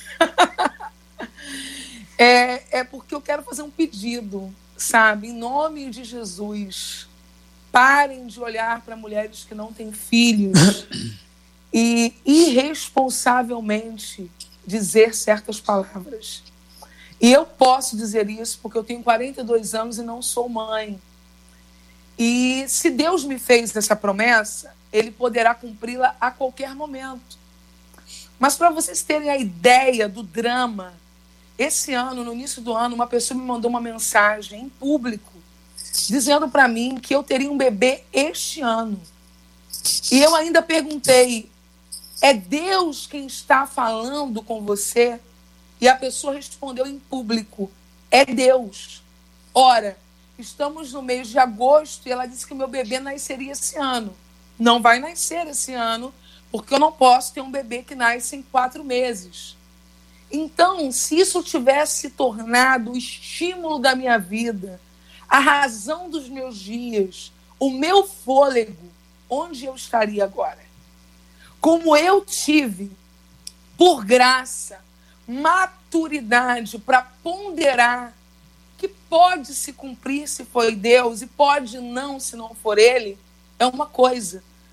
é, é porque eu quero fazer um pedido, sabe? Em nome de Jesus, parem de olhar para mulheres que não têm filhos e irresponsavelmente dizer certas palavras. E eu posso dizer isso porque eu tenho quarenta e dois anos e não sou mãe. E se Deus me fez essa promessa, Ele poderá cumpri-la a qualquer momento. Mas para vocês terem a ideia do drama, esse ano, no início do ano, uma pessoa me mandou uma mensagem em público, dizendo para mim que eu teria um bebê este ano. E eu ainda perguntei, é Deus quem está falando com você? E a pessoa respondeu em público, é Deus. Ora, estamos no mês de agosto e ela disse que meu bebê nasceria esse ano. Não vai nascer esse ano, porque eu não posso ter um bebê que nasce em quatro meses. Então, se isso tivesse se tornado o estímulo da minha vida, a razão dos meus dias, o meu fôlego, onde eu estaria agora? Como eu tive, por graça, maturidade para ponderar que pode se cumprir se foi Deus e pode não se não for Ele, é uma coisa.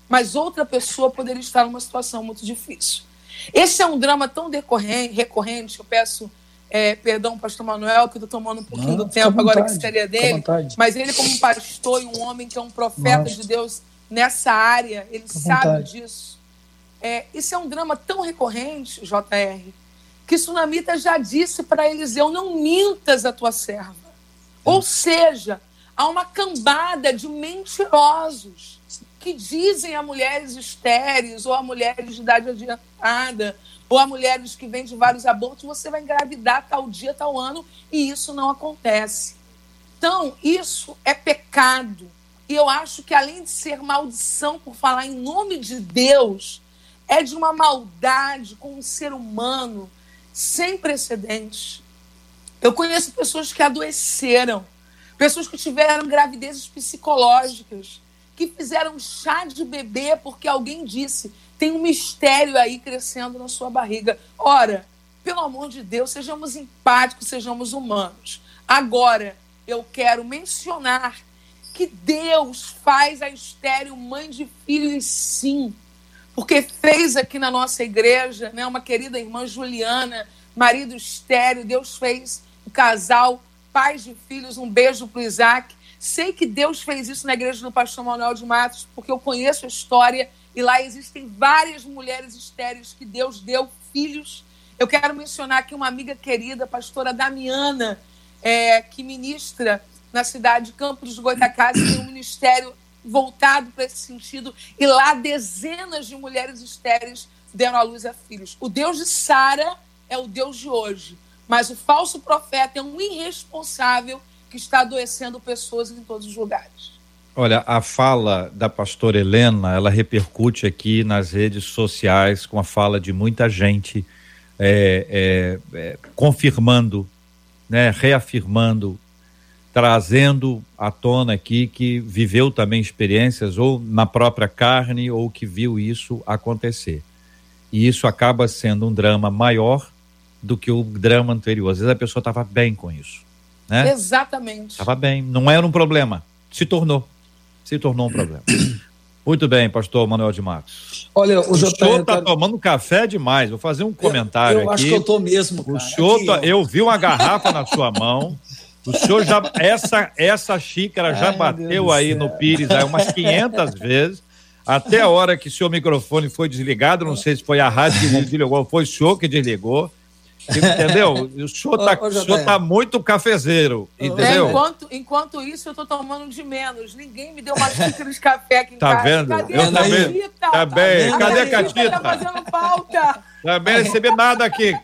mas outra pessoa poderia estar numa situação muito difícil. Esse é um drama tão decorrente, recorrente, eu peço é, perdão, pastor Manuel, que eu estou tomando um pouquinho Não, do tempo agora vontade, que seria dele, mas ele como um pastor e um homem que é um profeta Nossa. de Deus nessa área, ele fica sabe vontade. disso. É, isso é um drama tão recorrente, J R, que Sunamita já disse para Eliseu, não mintas a tua serva. Hum. Ou seja, há uma cambada de mentirosos que dizem a mulheres estéreis ou a mulheres de idade adiantada ou a mulheres que vêm de vários abortos, você vai engravidar tal dia, tal ano, e isso não acontece. Então, isso é pecado. E eu acho que, além de ser maldição por falar em nome de Deus, é de uma maldade com um ser humano sem precedentes. Eu conheço pessoas que adoeceram, pessoas que tiveram gravidezes psicológicas, que fizeram chá de bebê porque alguém disse, tem um mistério aí crescendo na sua barriga. Ora, pelo amor de Deus, sejamos empáticos, sejamos humanos. Agora, eu quero mencionar que Deus faz a estéril mãe de filhos, sim. Porque fez aqui na nossa igreja, né, uma querida irmã Juliana, marido estéril, Deus fez o casal, pais de filhos, um beijo para o Isaac. Sei que Deus fez isso na igreja do pastor Manuel de Matos, porque eu conheço a história e lá existem várias mulheres estéreis que Deus deu filhos. Eu quero mencionar aqui uma amiga querida, a pastora Damiana, é, que ministra na cidade de Campos dos Goitacazes, tem um ministério voltado para esse sentido, e lá dezenas de mulheres estéreis deram à luz a filhos. O Deus de Sara é o Deus de hoje, mas o falso profeta é um irresponsável que está adoecendo pessoas em todos os lugares. Olha, a fala da pastora Helena, ela repercute aqui nas redes sociais com a fala de muita gente é, é, é, confirmando, né, reafirmando, trazendo à tona aqui que viveu também experiências ou na própria carne ou que viu isso acontecer. E isso acaba sendo um drama maior do que o drama anterior. Às vezes a pessoa estava bem com isso, né? Exatamente. Estava bem, não era um problema, se tornou. Se tornou um problema. Muito bem, pastor Manuel de Matos. Olha, o, o senhor está tomando café demais. Vou fazer um comentário eu, eu aqui. Eu acho que eu estou mesmo, cara. O senhor, aqui, tá, eu vi uma garrafa na sua mão. O senhor já, essa, essa xícara já Ai, bateu aí no Pires aí umas quinhentas vezes. Até a hora que seu microfone foi desligado, não sei se foi a rádio que desligou, foi o senhor que desligou. Entendeu? O senhor tá, o senhor tá muito cafezeiro, entendeu? É, enquanto, enquanto isso, eu tô tomando de menos. Ninguém me deu uma xícara de café aqui em tá casa. Vendo? Cadê eu a também. Tá bem. A Cadê a Catita? Tá fazendo falta. Também recebi nada aqui.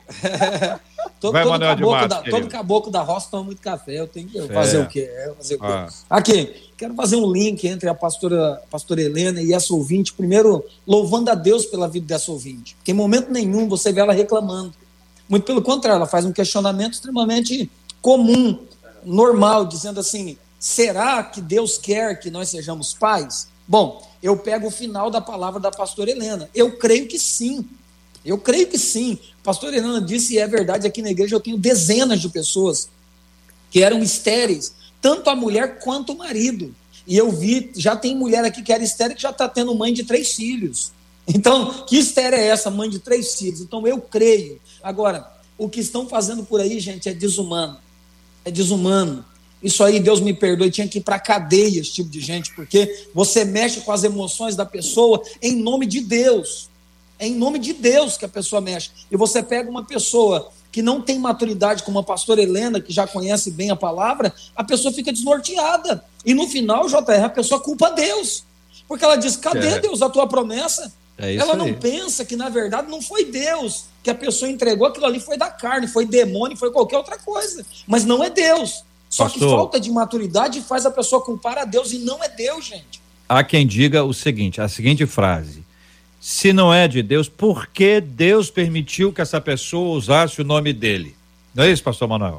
todo, Vai, todo, Manuel de Matos, da, todo caboclo da roça toma muito café. Eu tenho que certo. fazer o quê? É, fazer o quê? Ah. Aqui, quero fazer um link entre a pastora, a pastora Helena e essa ouvinte. Primeiro, louvando a Deus pela vida dessa ouvinte. Porque em momento nenhum você vê ela reclamando. Muito pelo contrário, ela faz um questionamento extremamente comum, normal, dizendo assim, será que Deus quer que nós sejamos pais? Bom, eu pego o final da palavra da pastora Helena. Eu creio que sim. Eu creio que sim. A pastora Helena disse, e é verdade, aqui na igreja eu tenho dezenas de pessoas que eram estéreis, tanto a mulher quanto o marido. E eu vi, já tem mulher aqui que era estéril que já está tendo mãe de três filhos. Então, que estéreo é essa, mãe de três filhos? Então, eu creio. Agora, o que estão fazendo por aí, gente, é desumano. É desumano. Isso aí, Deus me perdoe, tinha que ir para a cadeia esse tipo de gente, porque você mexe com as emoções da pessoa em nome de Deus. É em nome de Deus que a pessoa mexe. E você pega uma pessoa que não tem maturidade, como a pastora Helena, que já conhece bem a palavra, a pessoa fica desnorteada. E no final, J R, a pessoa culpa Deus. Porque ela diz, cadê é. Deus, a tua promessa? É isso ela não aí. pensa que, na verdade, não foi Deus que a pessoa entregou, aquilo ali foi da carne, foi demônio, foi qualquer outra coisa. Mas não é Deus. Só Pastor, que falta de maturidade faz a pessoa culpar a Deus e não é Deus, gente. Há quem diga o seguinte, a seguinte frase, se não é de Deus, por que Deus permitiu que essa pessoa usasse o nome dele? Não é isso, pastor Manuel?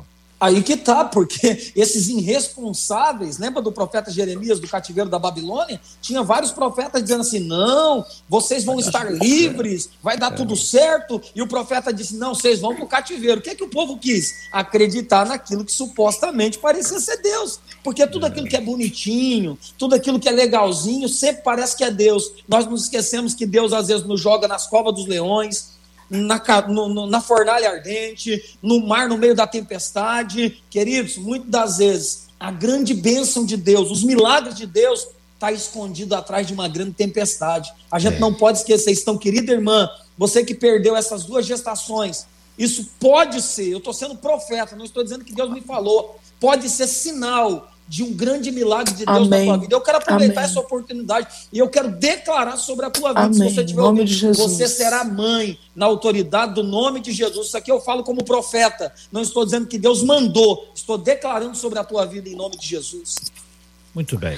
Aí que tá, porque esses irresponsáveis, lembra do profeta Jeremias do cativeiro da Babilônia? Tinha vários profetas dizendo assim, não, vocês vão estar livres, vai dar tudo certo, e o profeta disse, não, vocês vão para o cativeiro. O que é que o povo quis? Acreditar naquilo que supostamente parecia ser Deus, porque tudo aquilo que é bonitinho, tudo aquilo que é legalzinho, sempre parece que é Deus. Nós nos esquecemos que Deus às vezes nos joga nas covas dos leões, Na, no, no, na fornalha ardente, no mar no meio da tempestade. Queridos, muitas das vezes a grande bênção de Deus, os milagres de Deus está escondido atrás de uma grande tempestade. A gente é. não pode esquecer isso. Então, querida irmã, você que perdeu essas duas gestações, isso pode ser, eu estou sendo profeta, não estou dizendo que Deus me falou, pode ser sinal de um grande milagre de Deus Amém. na tua vida. Eu quero aproveitar Amém. essa oportunidade e eu quero declarar sobre a tua vida. Amém. Se você tiver ouvido, você será mãe na autoridade do nome de Jesus. Isso aqui eu falo como profeta. Não estou dizendo que Deus mandou. Estou declarando sobre a tua vida em nome de Jesus. Muito bem.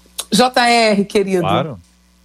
J R, querido. Claro.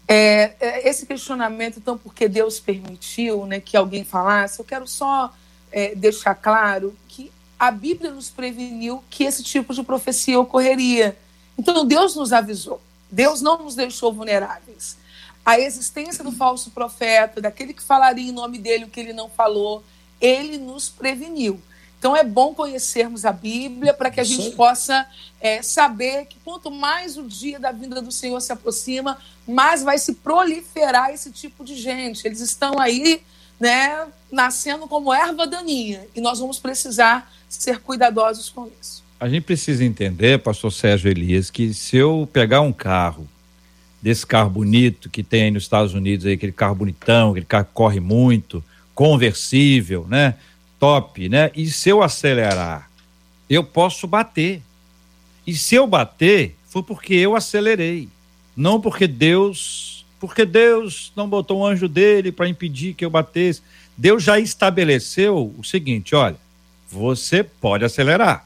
É, é, esse questionamento, então, porque Deus permitiu, né, que alguém falasse, eu quero só é, deixar claro que a Bíblia nos preveniu que esse tipo de profecia ocorreria. Então, Deus nos avisou. Deus não nos deixou vulneráveis. A existência do falso profeta, daquele que falaria em nome dele o que ele não falou, ele nos preveniu. Então, é bom conhecermos a Bíblia para que a gente possa é, saber que quanto mais o dia da vinda do Senhor se aproxima, mais vai se proliferar esse tipo de gente. Eles estão aí, né, nascendo como erva daninha. E nós vamos precisar ser cuidadosos com isso. A gente precisa entender, pastor Sérgio Elias, que se eu pegar um carro, desse carro bonito que tem aí nos Estados Unidos, aí, aquele carro bonitão, aquele carro que corre muito, conversível, né? Top, né? E se eu acelerar, eu posso bater. E se eu bater, foi porque eu acelerei. Não porque Deus, porque Deus não botou um anjo dele para impedir que eu batesse. Deus já estabeleceu o seguinte, olha, você pode acelerar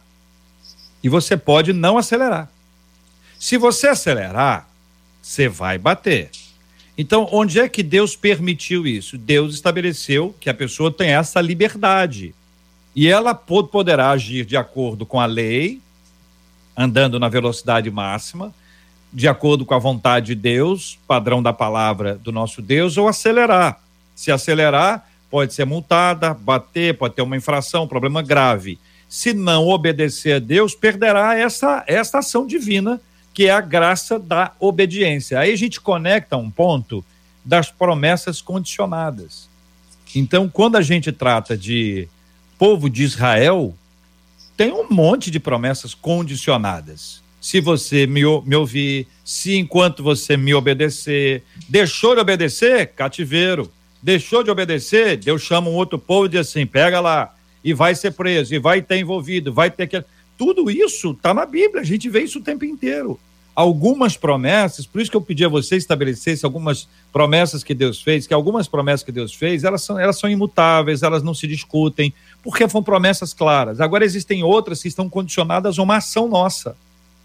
e você pode não acelerar. Se você acelerar, você vai bater. Então, onde é que Deus permitiu isso? Deus estabeleceu que a pessoa tem essa liberdade e ela poderá agir de acordo com a lei, andando na velocidade máxima, de acordo com a vontade de Deus, padrão da palavra do nosso Deus, ou acelerar. Se acelerar, pode ser multada, bater, pode ter uma infração, um problema grave. Se não obedecer a Deus, perderá essa, essa ação divina, que é a graça da obediência. Aí a gente conecta um ponto das promessas condicionadas. Então, quando a gente trata de povo de Israel, tem um monte de promessas condicionadas. Se você me, me ouvir, se enquanto você me obedecer, deixou de obedecer, cativeiro. Deixou de obedecer, Deus chama um outro povo e diz assim, pega lá, e vai ser preso, e vai ter envolvido, vai ter que... Tudo isso está na Bíblia, a gente vê isso o tempo inteiro. Algumas promessas, por isso que eu pedi a você estabelecesse algumas promessas que Deus fez, que algumas promessas que Deus fez, elas são, elas são imutáveis, elas não se discutem, porque foram promessas claras. Agora existem outras que estão condicionadas a uma ação nossa.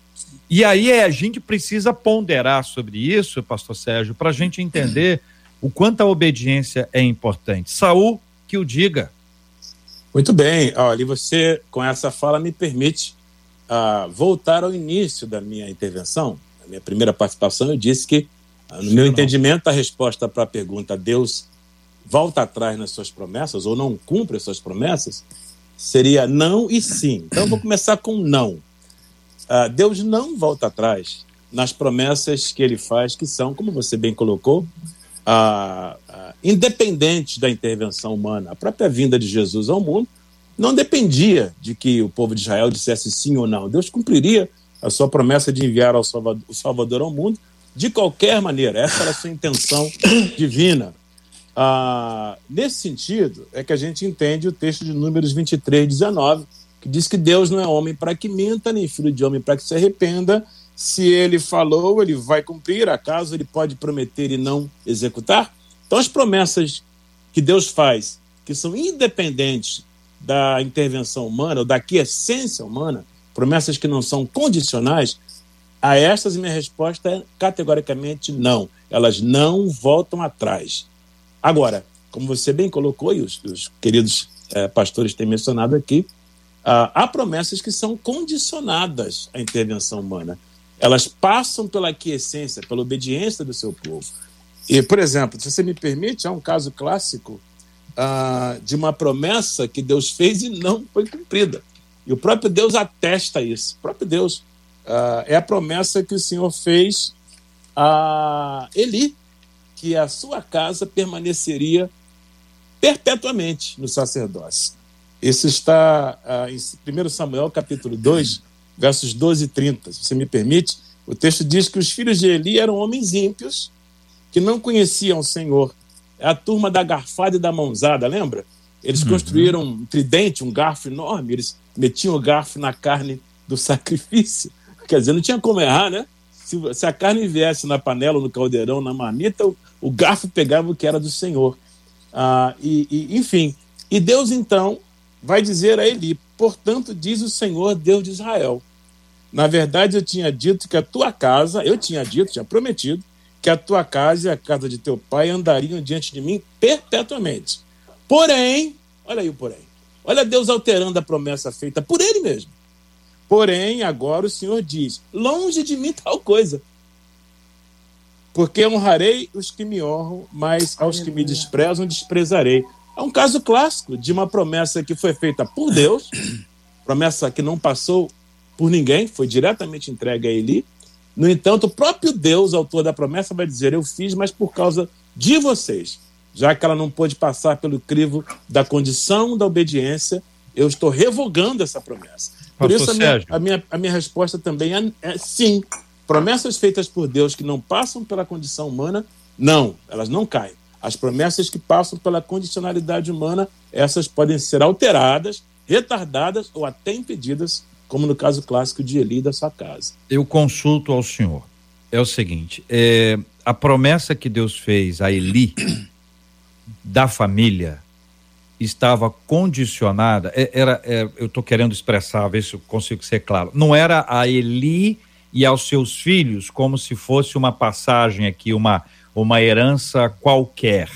E aí é, a gente precisa ponderar sobre isso, pastor Sérgio, para a gente entender o quanto a obediência é importante. Saul, que o diga. Muito bem, olha, e você com essa fala me permite uh, voltar ao início da minha intervenção, na minha primeira participação eu disse que, uh, no Sim, meu não. entendimento, a resposta para a pergunta Deus volta atrás nas suas promessas ou não cumpre as suas promessas, seria não e sim. Então eu vou começar com não. Uh, Deus não volta atrás nas promessas que ele faz, que são, como você bem colocou, Uh, uh, independente da intervenção humana. A própria vinda de Jesus ao mundo não dependia de que o povo de Israel dissesse sim ou não. Deus cumpriria a sua promessa de enviar ao Salvador, o Salvador ao mundo de qualquer maneira. Essa era a sua intenção divina. Uh, nesse sentido, é que a gente entende o texto de Números vinte e três, dezenove, que diz que Deus não é homem para que minta, nem filho de homem para que se arrependa. Se ele falou, ele vai cumprir. Acaso ele pode prometer e não executar? Então, as promessas que Deus faz, que são independentes da intervenção humana, ou da aquiescência humana, promessas que não são condicionais, a estas minha resposta é categoricamente não. Elas não voltam atrás. Agora, como você bem colocou, e os, os queridos eh, pastores têm mencionado aqui, Ah, há promessas que são condicionadas à intervenção humana. Elas passam pela aquiescência, pela obediência do seu povo. E, por exemplo, se você me permite, há um caso clássico ah, de uma promessa que Deus fez e não foi cumprida. E o próprio Deus atesta isso. O próprio Deus. Ah, é a promessa que o Senhor fez a Eli, que a sua casa permaneceria perpetuamente no sacerdócio. Isso está ah, em primeiro Samuel, capítulo dois, versos doze e trinta. Se você me permite, o texto diz que os filhos de Eli eram homens ímpios que não conheciam o Senhor. É a turma da garfada e da mãozada, lembra? Eles uhum. construíram um tridente, um garfo enorme, eles metiam o garfo na carne do sacrifício. Quer dizer, não tinha como errar, né? Se, se a carne viesse na panela, no caldeirão, na marmita, o, o garfo pegava o que era do Senhor. Ah, e, e, enfim, e Deus então vai dizer a Eli: portanto, diz o Senhor, Deus de Israel, na verdade eu tinha dito que a tua casa, eu tinha dito, tinha prometido, que a tua casa e a casa de teu pai andariam diante de mim perpetuamente. Porém, olha aí o porém, olha Deus alterando a promessa feita por ele mesmo. Porém, agora o Senhor diz: longe de mim tal coisa, porque honrarei os que me honram, mas aos que me desprezam desprezarei. É um caso clássico de uma promessa que foi feita por Deus, promessa que não passou por ninguém, foi diretamente entregue a Eli. No entanto, o próprio Deus, autor da promessa, vai dizer: eu fiz, mas por causa de vocês, já que ela não pôde passar pelo crivo da condição da obediência, eu estou revogando essa promessa. Por isso, a minha, a, minha, a minha resposta também é, é sim. Promessas feitas por Deus que não passam pela condição humana, não, elas não caem. As promessas que passam pela condicionalidade humana, essas podem ser alteradas, retardadas ou até impedidas, como no caso clássico de Eli da sua casa. Eu consulto ao senhor. É o seguinte, é, a promessa que Deus fez a Eli da família estava condicionada, era, era, eu estou querendo expressar, ver se eu consigo ser claro, não era a Eli e aos seus filhos como se fosse uma passagem aqui, uma, uma herança qualquer.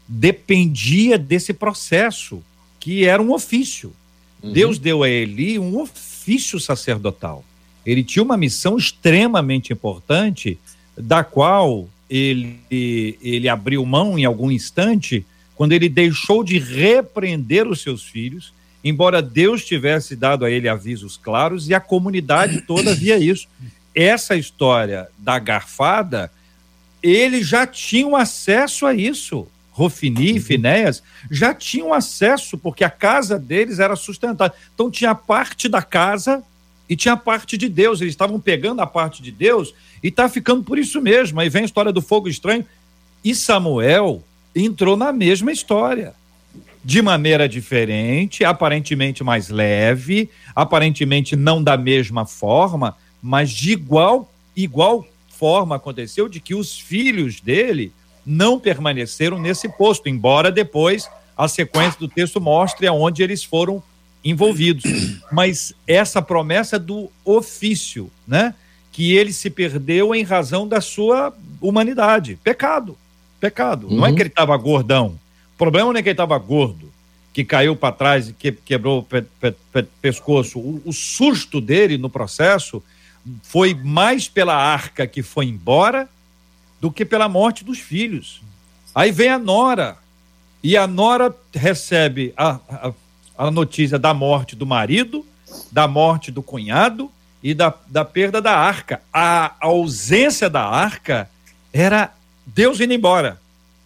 Dependia desse processo, que era um ofício. Uhum. Deus deu a Eli um ofício sacerdotal. Ele tinha uma missão extremamente importante, da qual ele, ele abriu mão em algum instante, quando ele deixou de repreender os seus filhos, embora Deus tivesse dado a ele avisos claros e a comunidade toda via isso. Essa história da garfada, eles já tinham acesso a isso. Rofini e Finéias já tinham acesso, porque a casa deles era sustentada. Então tinha parte da casa e tinha parte de Deus. Eles estavam pegando a parte de Deus e está ficando por isso mesmo. Aí vem a história do fogo estranho. E Samuel entrou na mesma história, de maneira diferente, aparentemente mais leve, aparentemente não da mesma forma, mas de igual, igual forma aconteceu de que os filhos dele não permaneceram nesse posto, embora depois a sequência do texto mostre aonde eles foram envolvidos. Mas essa promessa do ofício, né? Que ele se perdeu em razão da sua humanidade. Pecado. Pecado. Uhum. Não é que ele estava gordão. O problema não é que ele estava gordo, que caiu para trás e que, quebrou o pe, pe, pe, pescoço. O, o susto dele no processo foi mais pela arca que foi embora do que pela morte dos filhos. Aí vem a nora, e a nora recebe a, a, a notícia da morte do marido, da morte do cunhado e da, da perda da arca. A ausência da arca era Deus indo embora.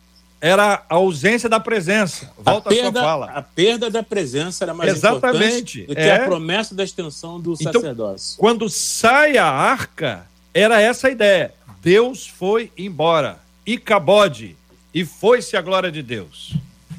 Era a ausência da presença. Volta a, perda, a sua fala. A perda da presença era mais Exatamente. importante do que é. a promessa da extensão do então, sacerdócio. Quando sai a arca, era essa a ideia. Deus foi embora. E cabode. E foi-se a glória de Deus.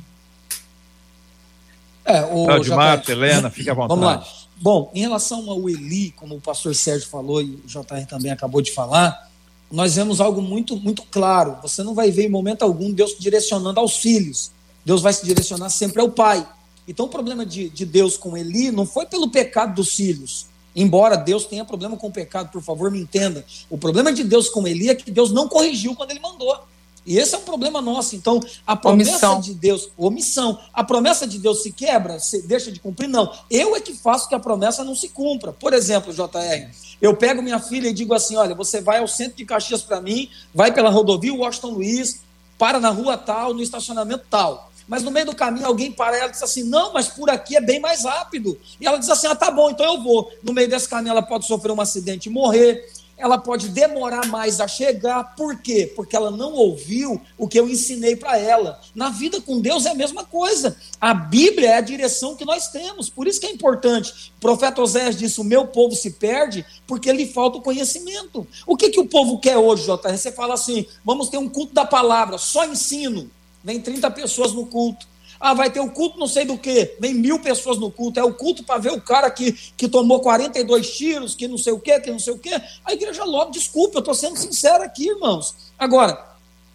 É, o Cláudio Mato, Helena, fique à vontade. Vamos lá. Bom, em relação ao Eli, como o pastor Sérgio falou e o J R também acabou de falar, nós vemos algo muito, muito claro. Você não vai ver em momento algum Deus direcionando aos filhos. Deus vai se direcionar sempre ao pai. Então o problema de, de Deus com Eli não foi pelo pecado dos filhos. Embora Deus tenha problema com o pecado, por favor, me entenda. O problema de Deus com Eli é que Deus não corrigiu quando ele mandou. E esse é um problema nosso. Então, a promessa omissão. de Deus, omissão, a promessa de Deus se quebra, se deixa de cumprir? Não. Eu é que faço que a promessa não se cumpra. Por exemplo, J R, eu pego minha filha e digo assim, olha, você vai ao centro de Caxias para mim, vai pela rodovia Washington Luiz, para na rua tal, no estacionamento tal. Mas no meio do caminho alguém para ela e diz assim, não, mas por aqui é bem mais rápido. E ela diz assim, ah, tá bom, então eu vou. No meio desse caminho ela pode sofrer um acidente e morrer. Ela pode demorar mais a chegar. Por quê? Porque ela não ouviu o que eu ensinei para ela. Na vida com Deus é a mesma coisa. A Bíblia é a direção que nós temos. Por isso que é importante. O profeta Oséias disse, o meu povo se perde porque lhe falta o conhecimento. O que, que o povo quer hoje, J R? Você fala assim, vamos ter um culto da palavra, só ensino. Vem trinta pessoas no culto. Ah, vai ter o culto não sei do que, vem mil pessoas no culto, é o culto para ver o cara que, que tomou quarenta e dois tiros, que não sei o que, que não sei o que. A igreja logo, desculpa, eu estou sendo sincero aqui, irmãos. Agora,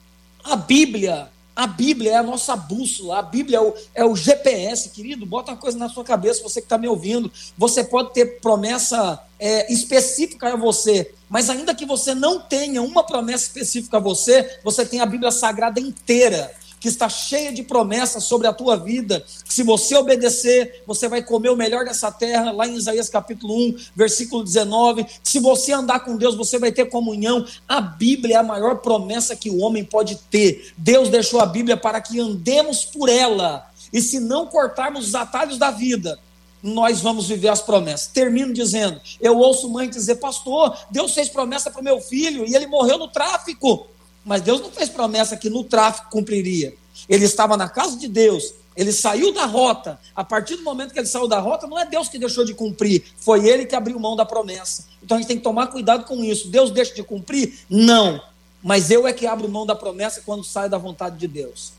a Bíblia, a Bíblia é a nossa bússola, a Bíblia é o, é o G P S, querido, bota uma coisa na sua cabeça, você que está me ouvindo, você pode ter promessa é, específica a você, mas ainda que você não tenha uma promessa específica a você, você tem a Bíblia Sagrada inteira, que está cheia de promessas sobre a tua vida, que se você obedecer, você vai comer o melhor dessa terra, lá em Isaías capítulo um, versículo dezenove, se você andar com Deus, você vai ter comunhão. A Bíblia é a maior promessa que o homem pode ter. Deus deixou a Bíblia para que andemos por ela, e se não cortarmos os atalhos da vida, nós vamos viver as promessas. Termino dizendo, eu ouço mãe dizer, pastor, Deus fez promessa para o meu filho, e ele morreu no tráfico. Mas Deus não fez promessa que no tráfico cumpriria. Ele estava na casa de Deus, ele saiu da rota. A partir do momento que ele saiu da rota, não é Deus que deixou de cumprir, foi ele que abriu mão da promessa. Então a gente tem que tomar cuidado com isso. Deus deixa de cumprir? Não. Mas eu é que abro mão da promessa quando saio da vontade de Deus.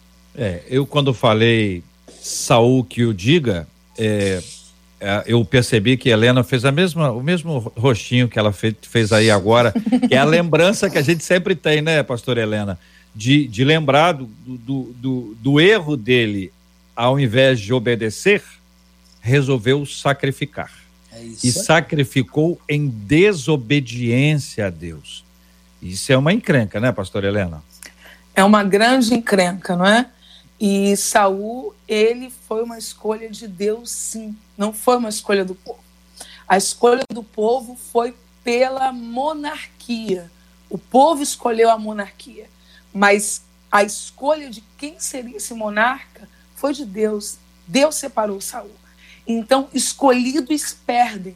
É, eu quando falei Saul que o diga, é, é, eu percebi que a Helena fez a mesma, o mesmo rostinho que ela fez, fez aí agora, que é a lembrança que a gente sempre tem, né, pastora Helena? De, de lembrar do, do, do, do erro dele, ao invés de obedecer, resolveu sacrificar. É isso. E sacrificou em desobediência a Deus. Isso é uma encrenca, né, pastora Helena? É uma grande encrenca, não é? E Saul, ele foi uma escolha de Deus, sim. Não foi uma escolha do povo. A escolha do povo foi pela monarquia. O povo escolheu a monarquia. Mas a escolha de quem seria esse monarca foi de Deus. Deus separou Saul. Então, escolhidos perdem.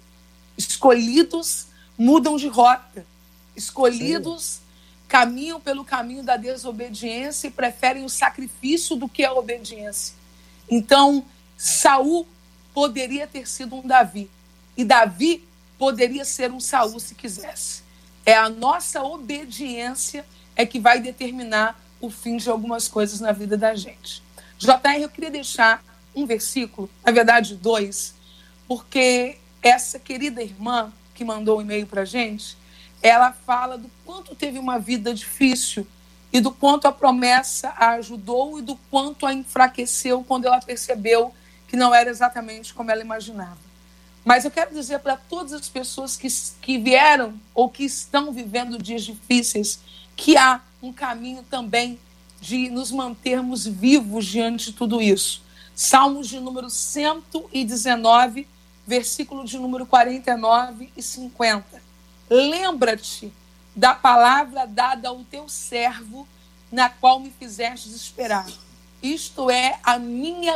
Escolhidos mudam de rota. Escolhidos Sim. caminham pelo caminho da desobediência e preferem o sacrifício do que a obediência. Então, Saul poderia ter sido um Davi. E Davi poderia ser um Saul se quisesse. É a nossa obediência é que vai determinar o fim de algumas coisas na vida da gente. J R, eu queria deixar um versículo, na verdade dois, porque essa querida irmã que mandou um e-mail para a gente, ela fala do quanto teve uma vida difícil e do quanto a promessa a ajudou e do quanto a enfraqueceu quando ela percebeu que não era exatamente como ela imaginava. Mas eu quero dizer para todas as pessoas que, que vieram ou que estão vivendo dias difíceis, que há um caminho também de nos mantermos vivos diante de tudo isso. Salmos de número cento e dezenove, versículo de número quarenta e nove e cinquenta. Lembra-te da palavra dada ao teu servo, na qual me fizeste esperar. Isto é a minha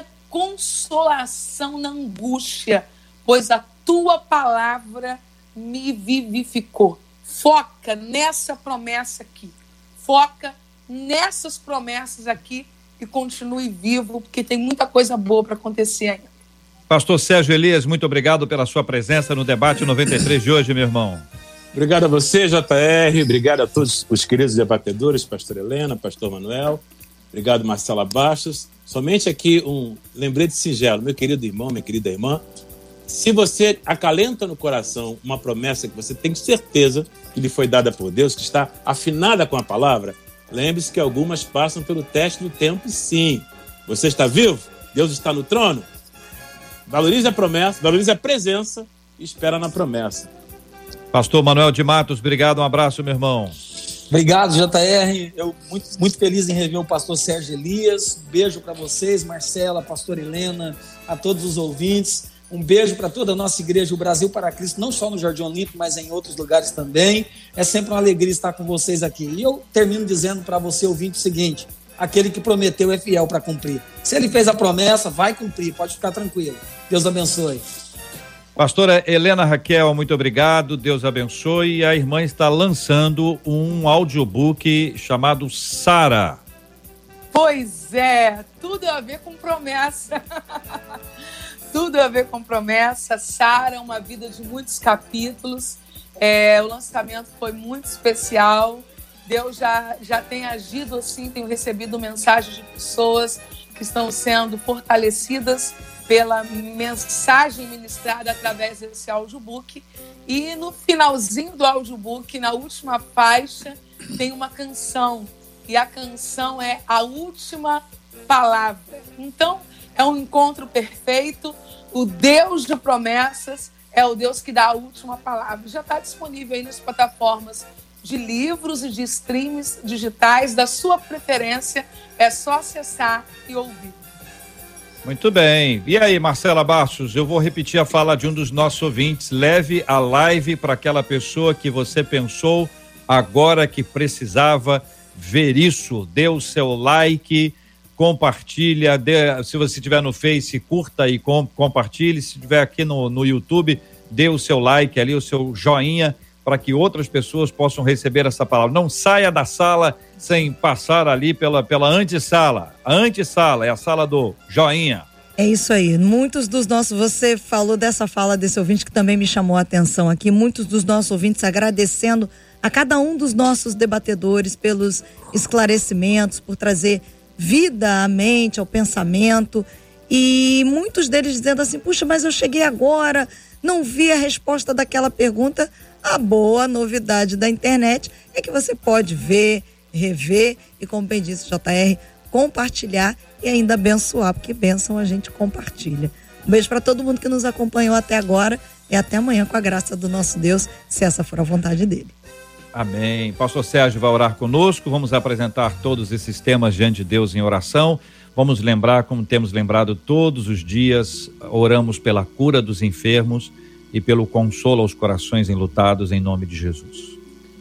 consolação na angústia, pois a tua palavra me vivificou. Foca nessa promessa aqui. Foca nessas promessas aqui e continue vivo, porque tem muita coisa boa para acontecer ainda. Pastor Sérgio Elias, muito obrigado pela sua presença no debate noventa e três de hoje, meu irmão. Obrigado a você, J R, obrigado a todos os queridos debatedores, pastor Helena, pastor Manuel, obrigado, Marcela Bastos. Somente aqui um lembrete singelo, meu querido irmão, minha querida irmã, se você acalenta no coração uma promessa que você tem certeza que lhe foi dada por Deus, que está afinada com a palavra, lembre-se que algumas passam pelo teste do tempo, sim. Você está vivo? Deus está no trono? Valorize a promessa, valorize a presença e espera na promessa. Pastor Manuel de Matos, obrigado, um abraço, meu irmão. Obrigado, J R. Eu muito, muito feliz em rever o pastor Sérgio Elias. Um beijo para vocês, Marcela, pastor Helena, a todos os ouvintes. Um beijo para toda a nossa igreja, o Brasil para Cristo, não só no Jardim Olímpico, mas em outros lugares também. É sempre uma alegria estar com vocês aqui. E eu termino dizendo para você, ouvinte, o seguinte: aquele que prometeu é fiel para cumprir. Se ele fez a promessa, vai cumprir, pode ficar tranquilo. Deus abençoe. Pastora Helena Raquel, muito obrigado, Deus abençoe. A irmã está lançando um audiobook chamado Sara. Pois é, tudo a ver com promessa. Tudo a ver com promessa. Sara, uma vida de muitos capítulos. É, o lançamento foi muito especial. Deus já, já tem agido assim, tenho recebido mensagens de pessoas que estão sendo fortalecidas pela mensagem ministrada através desse audiobook. E no finalzinho do audiobook, na última faixa, tem uma canção. E a canção é A Última Palavra. Então, é um encontro perfeito. O Deus de promessas é o Deus que dá a última palavra. Já está disponível aí nas plataformas de livros e de streams digitais da sua preferência. É só acessar e ouvir. Muito bem. E aí, Marcela Bastos, eu vou repetir a fala de um dos nossos ouvintes. Leve a live para aquela pessoa que você pensou agora que precisava ver isso. Dê o seu like, compartilha, dê, se você estiver no Face, curta e com, compartilhe. Se estiver aqui no, no YouTube, dê o seu like ali, o seu joinha, para que outras pessoas possam receber essa palavra. Não saia da sala sem passar ali pela, pela antessala. A antessala é a sala do joinha. É isso aí. Muitos dos nossos, você falou dessa fala desse ouvinte que também me chamou a atenção aqui, muitos dos nossos ouvintes agradecendo a cada um dos nossos debatedores pelos esclarecimentos, por trazer vida à mente, ao pensamento, e muitos deles dizendo assim: puxa, mas eu cheguei agora, não vi a resposta daquela pergunta. A boa novidade da internet é que você pode ver, rever e, como bem disse J R, compartilhar e ainda abençoar, porque bênção a gente compartilha. Um beijo para todo mundo que nos acompanhou até agora e até amanhã com a graça do nosso Deus, se essa for a vontade dele. Amém. Pastor Sérgio vai orar conosco, vamos apresentar todos esses temas diante de Deus em oração. Vamos lembrar, como temos lembrado todos os dias, oramos pela cura dos enfermos e pelo consolo aos corações enlutados, em nome de Jesus.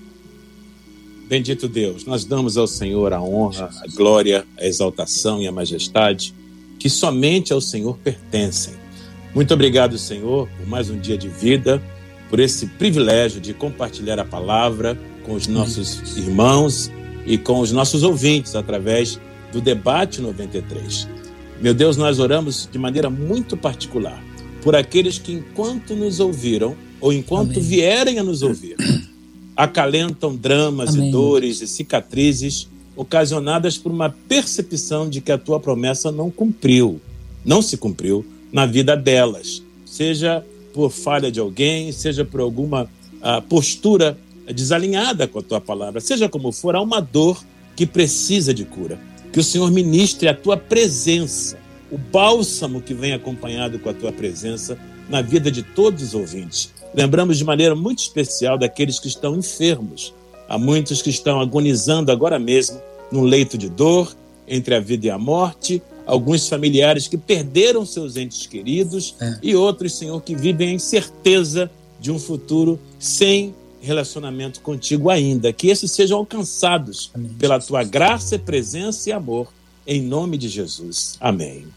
Bendito Deus, nós damos ao Senhor a honra, a glória, a exaltação e a majestade que somente ao Senhor pertencem. Muito obrigado, Senhor, por mais um dia de vida, por esse privilégio de compartilhar a palavra com os nossos irmãos e com os nossos ouvintes através do Debate noventa e três. Meu Deus, nós oramos de maneira muito particular por aqueles que, enquanto nos ouviram, ou enquanto Amém. Vierem a nos ouvir, acalentam dramas Amém. E dores e cicatrizes ocasionadas por uma percepção de que a tua promessa não cumpriu, não se cumpriu na vida delas, seja por falha de alguém, seja por alguma uh, postura desalinhada com a tua palavra, seja como for, há uma dor que precisa de cura. Que o Senhor ministre a tua presença, o bálsamo que vem acompanhado com a tua presença na vida de todos os ouvintes. Lembramos de maneira muito especial daqueles que estão enfermos. Há muitos que estão agonizando agora mesmo num leito de dor, entre a vida e a morte, alguns familiares que perderam seus entes queridos é. E outros, Senhor, que vivem a incerteza de um futuro sem relacionamento contigo ainda. Que esses sejam alcançados Amém. Pela tua graça, presença e amor, em nome de Jesus. Amém.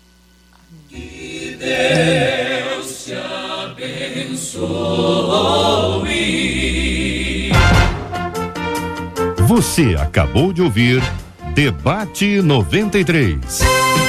Que Deus te abençoe. Você acabou de ouvir Debate noventa e três.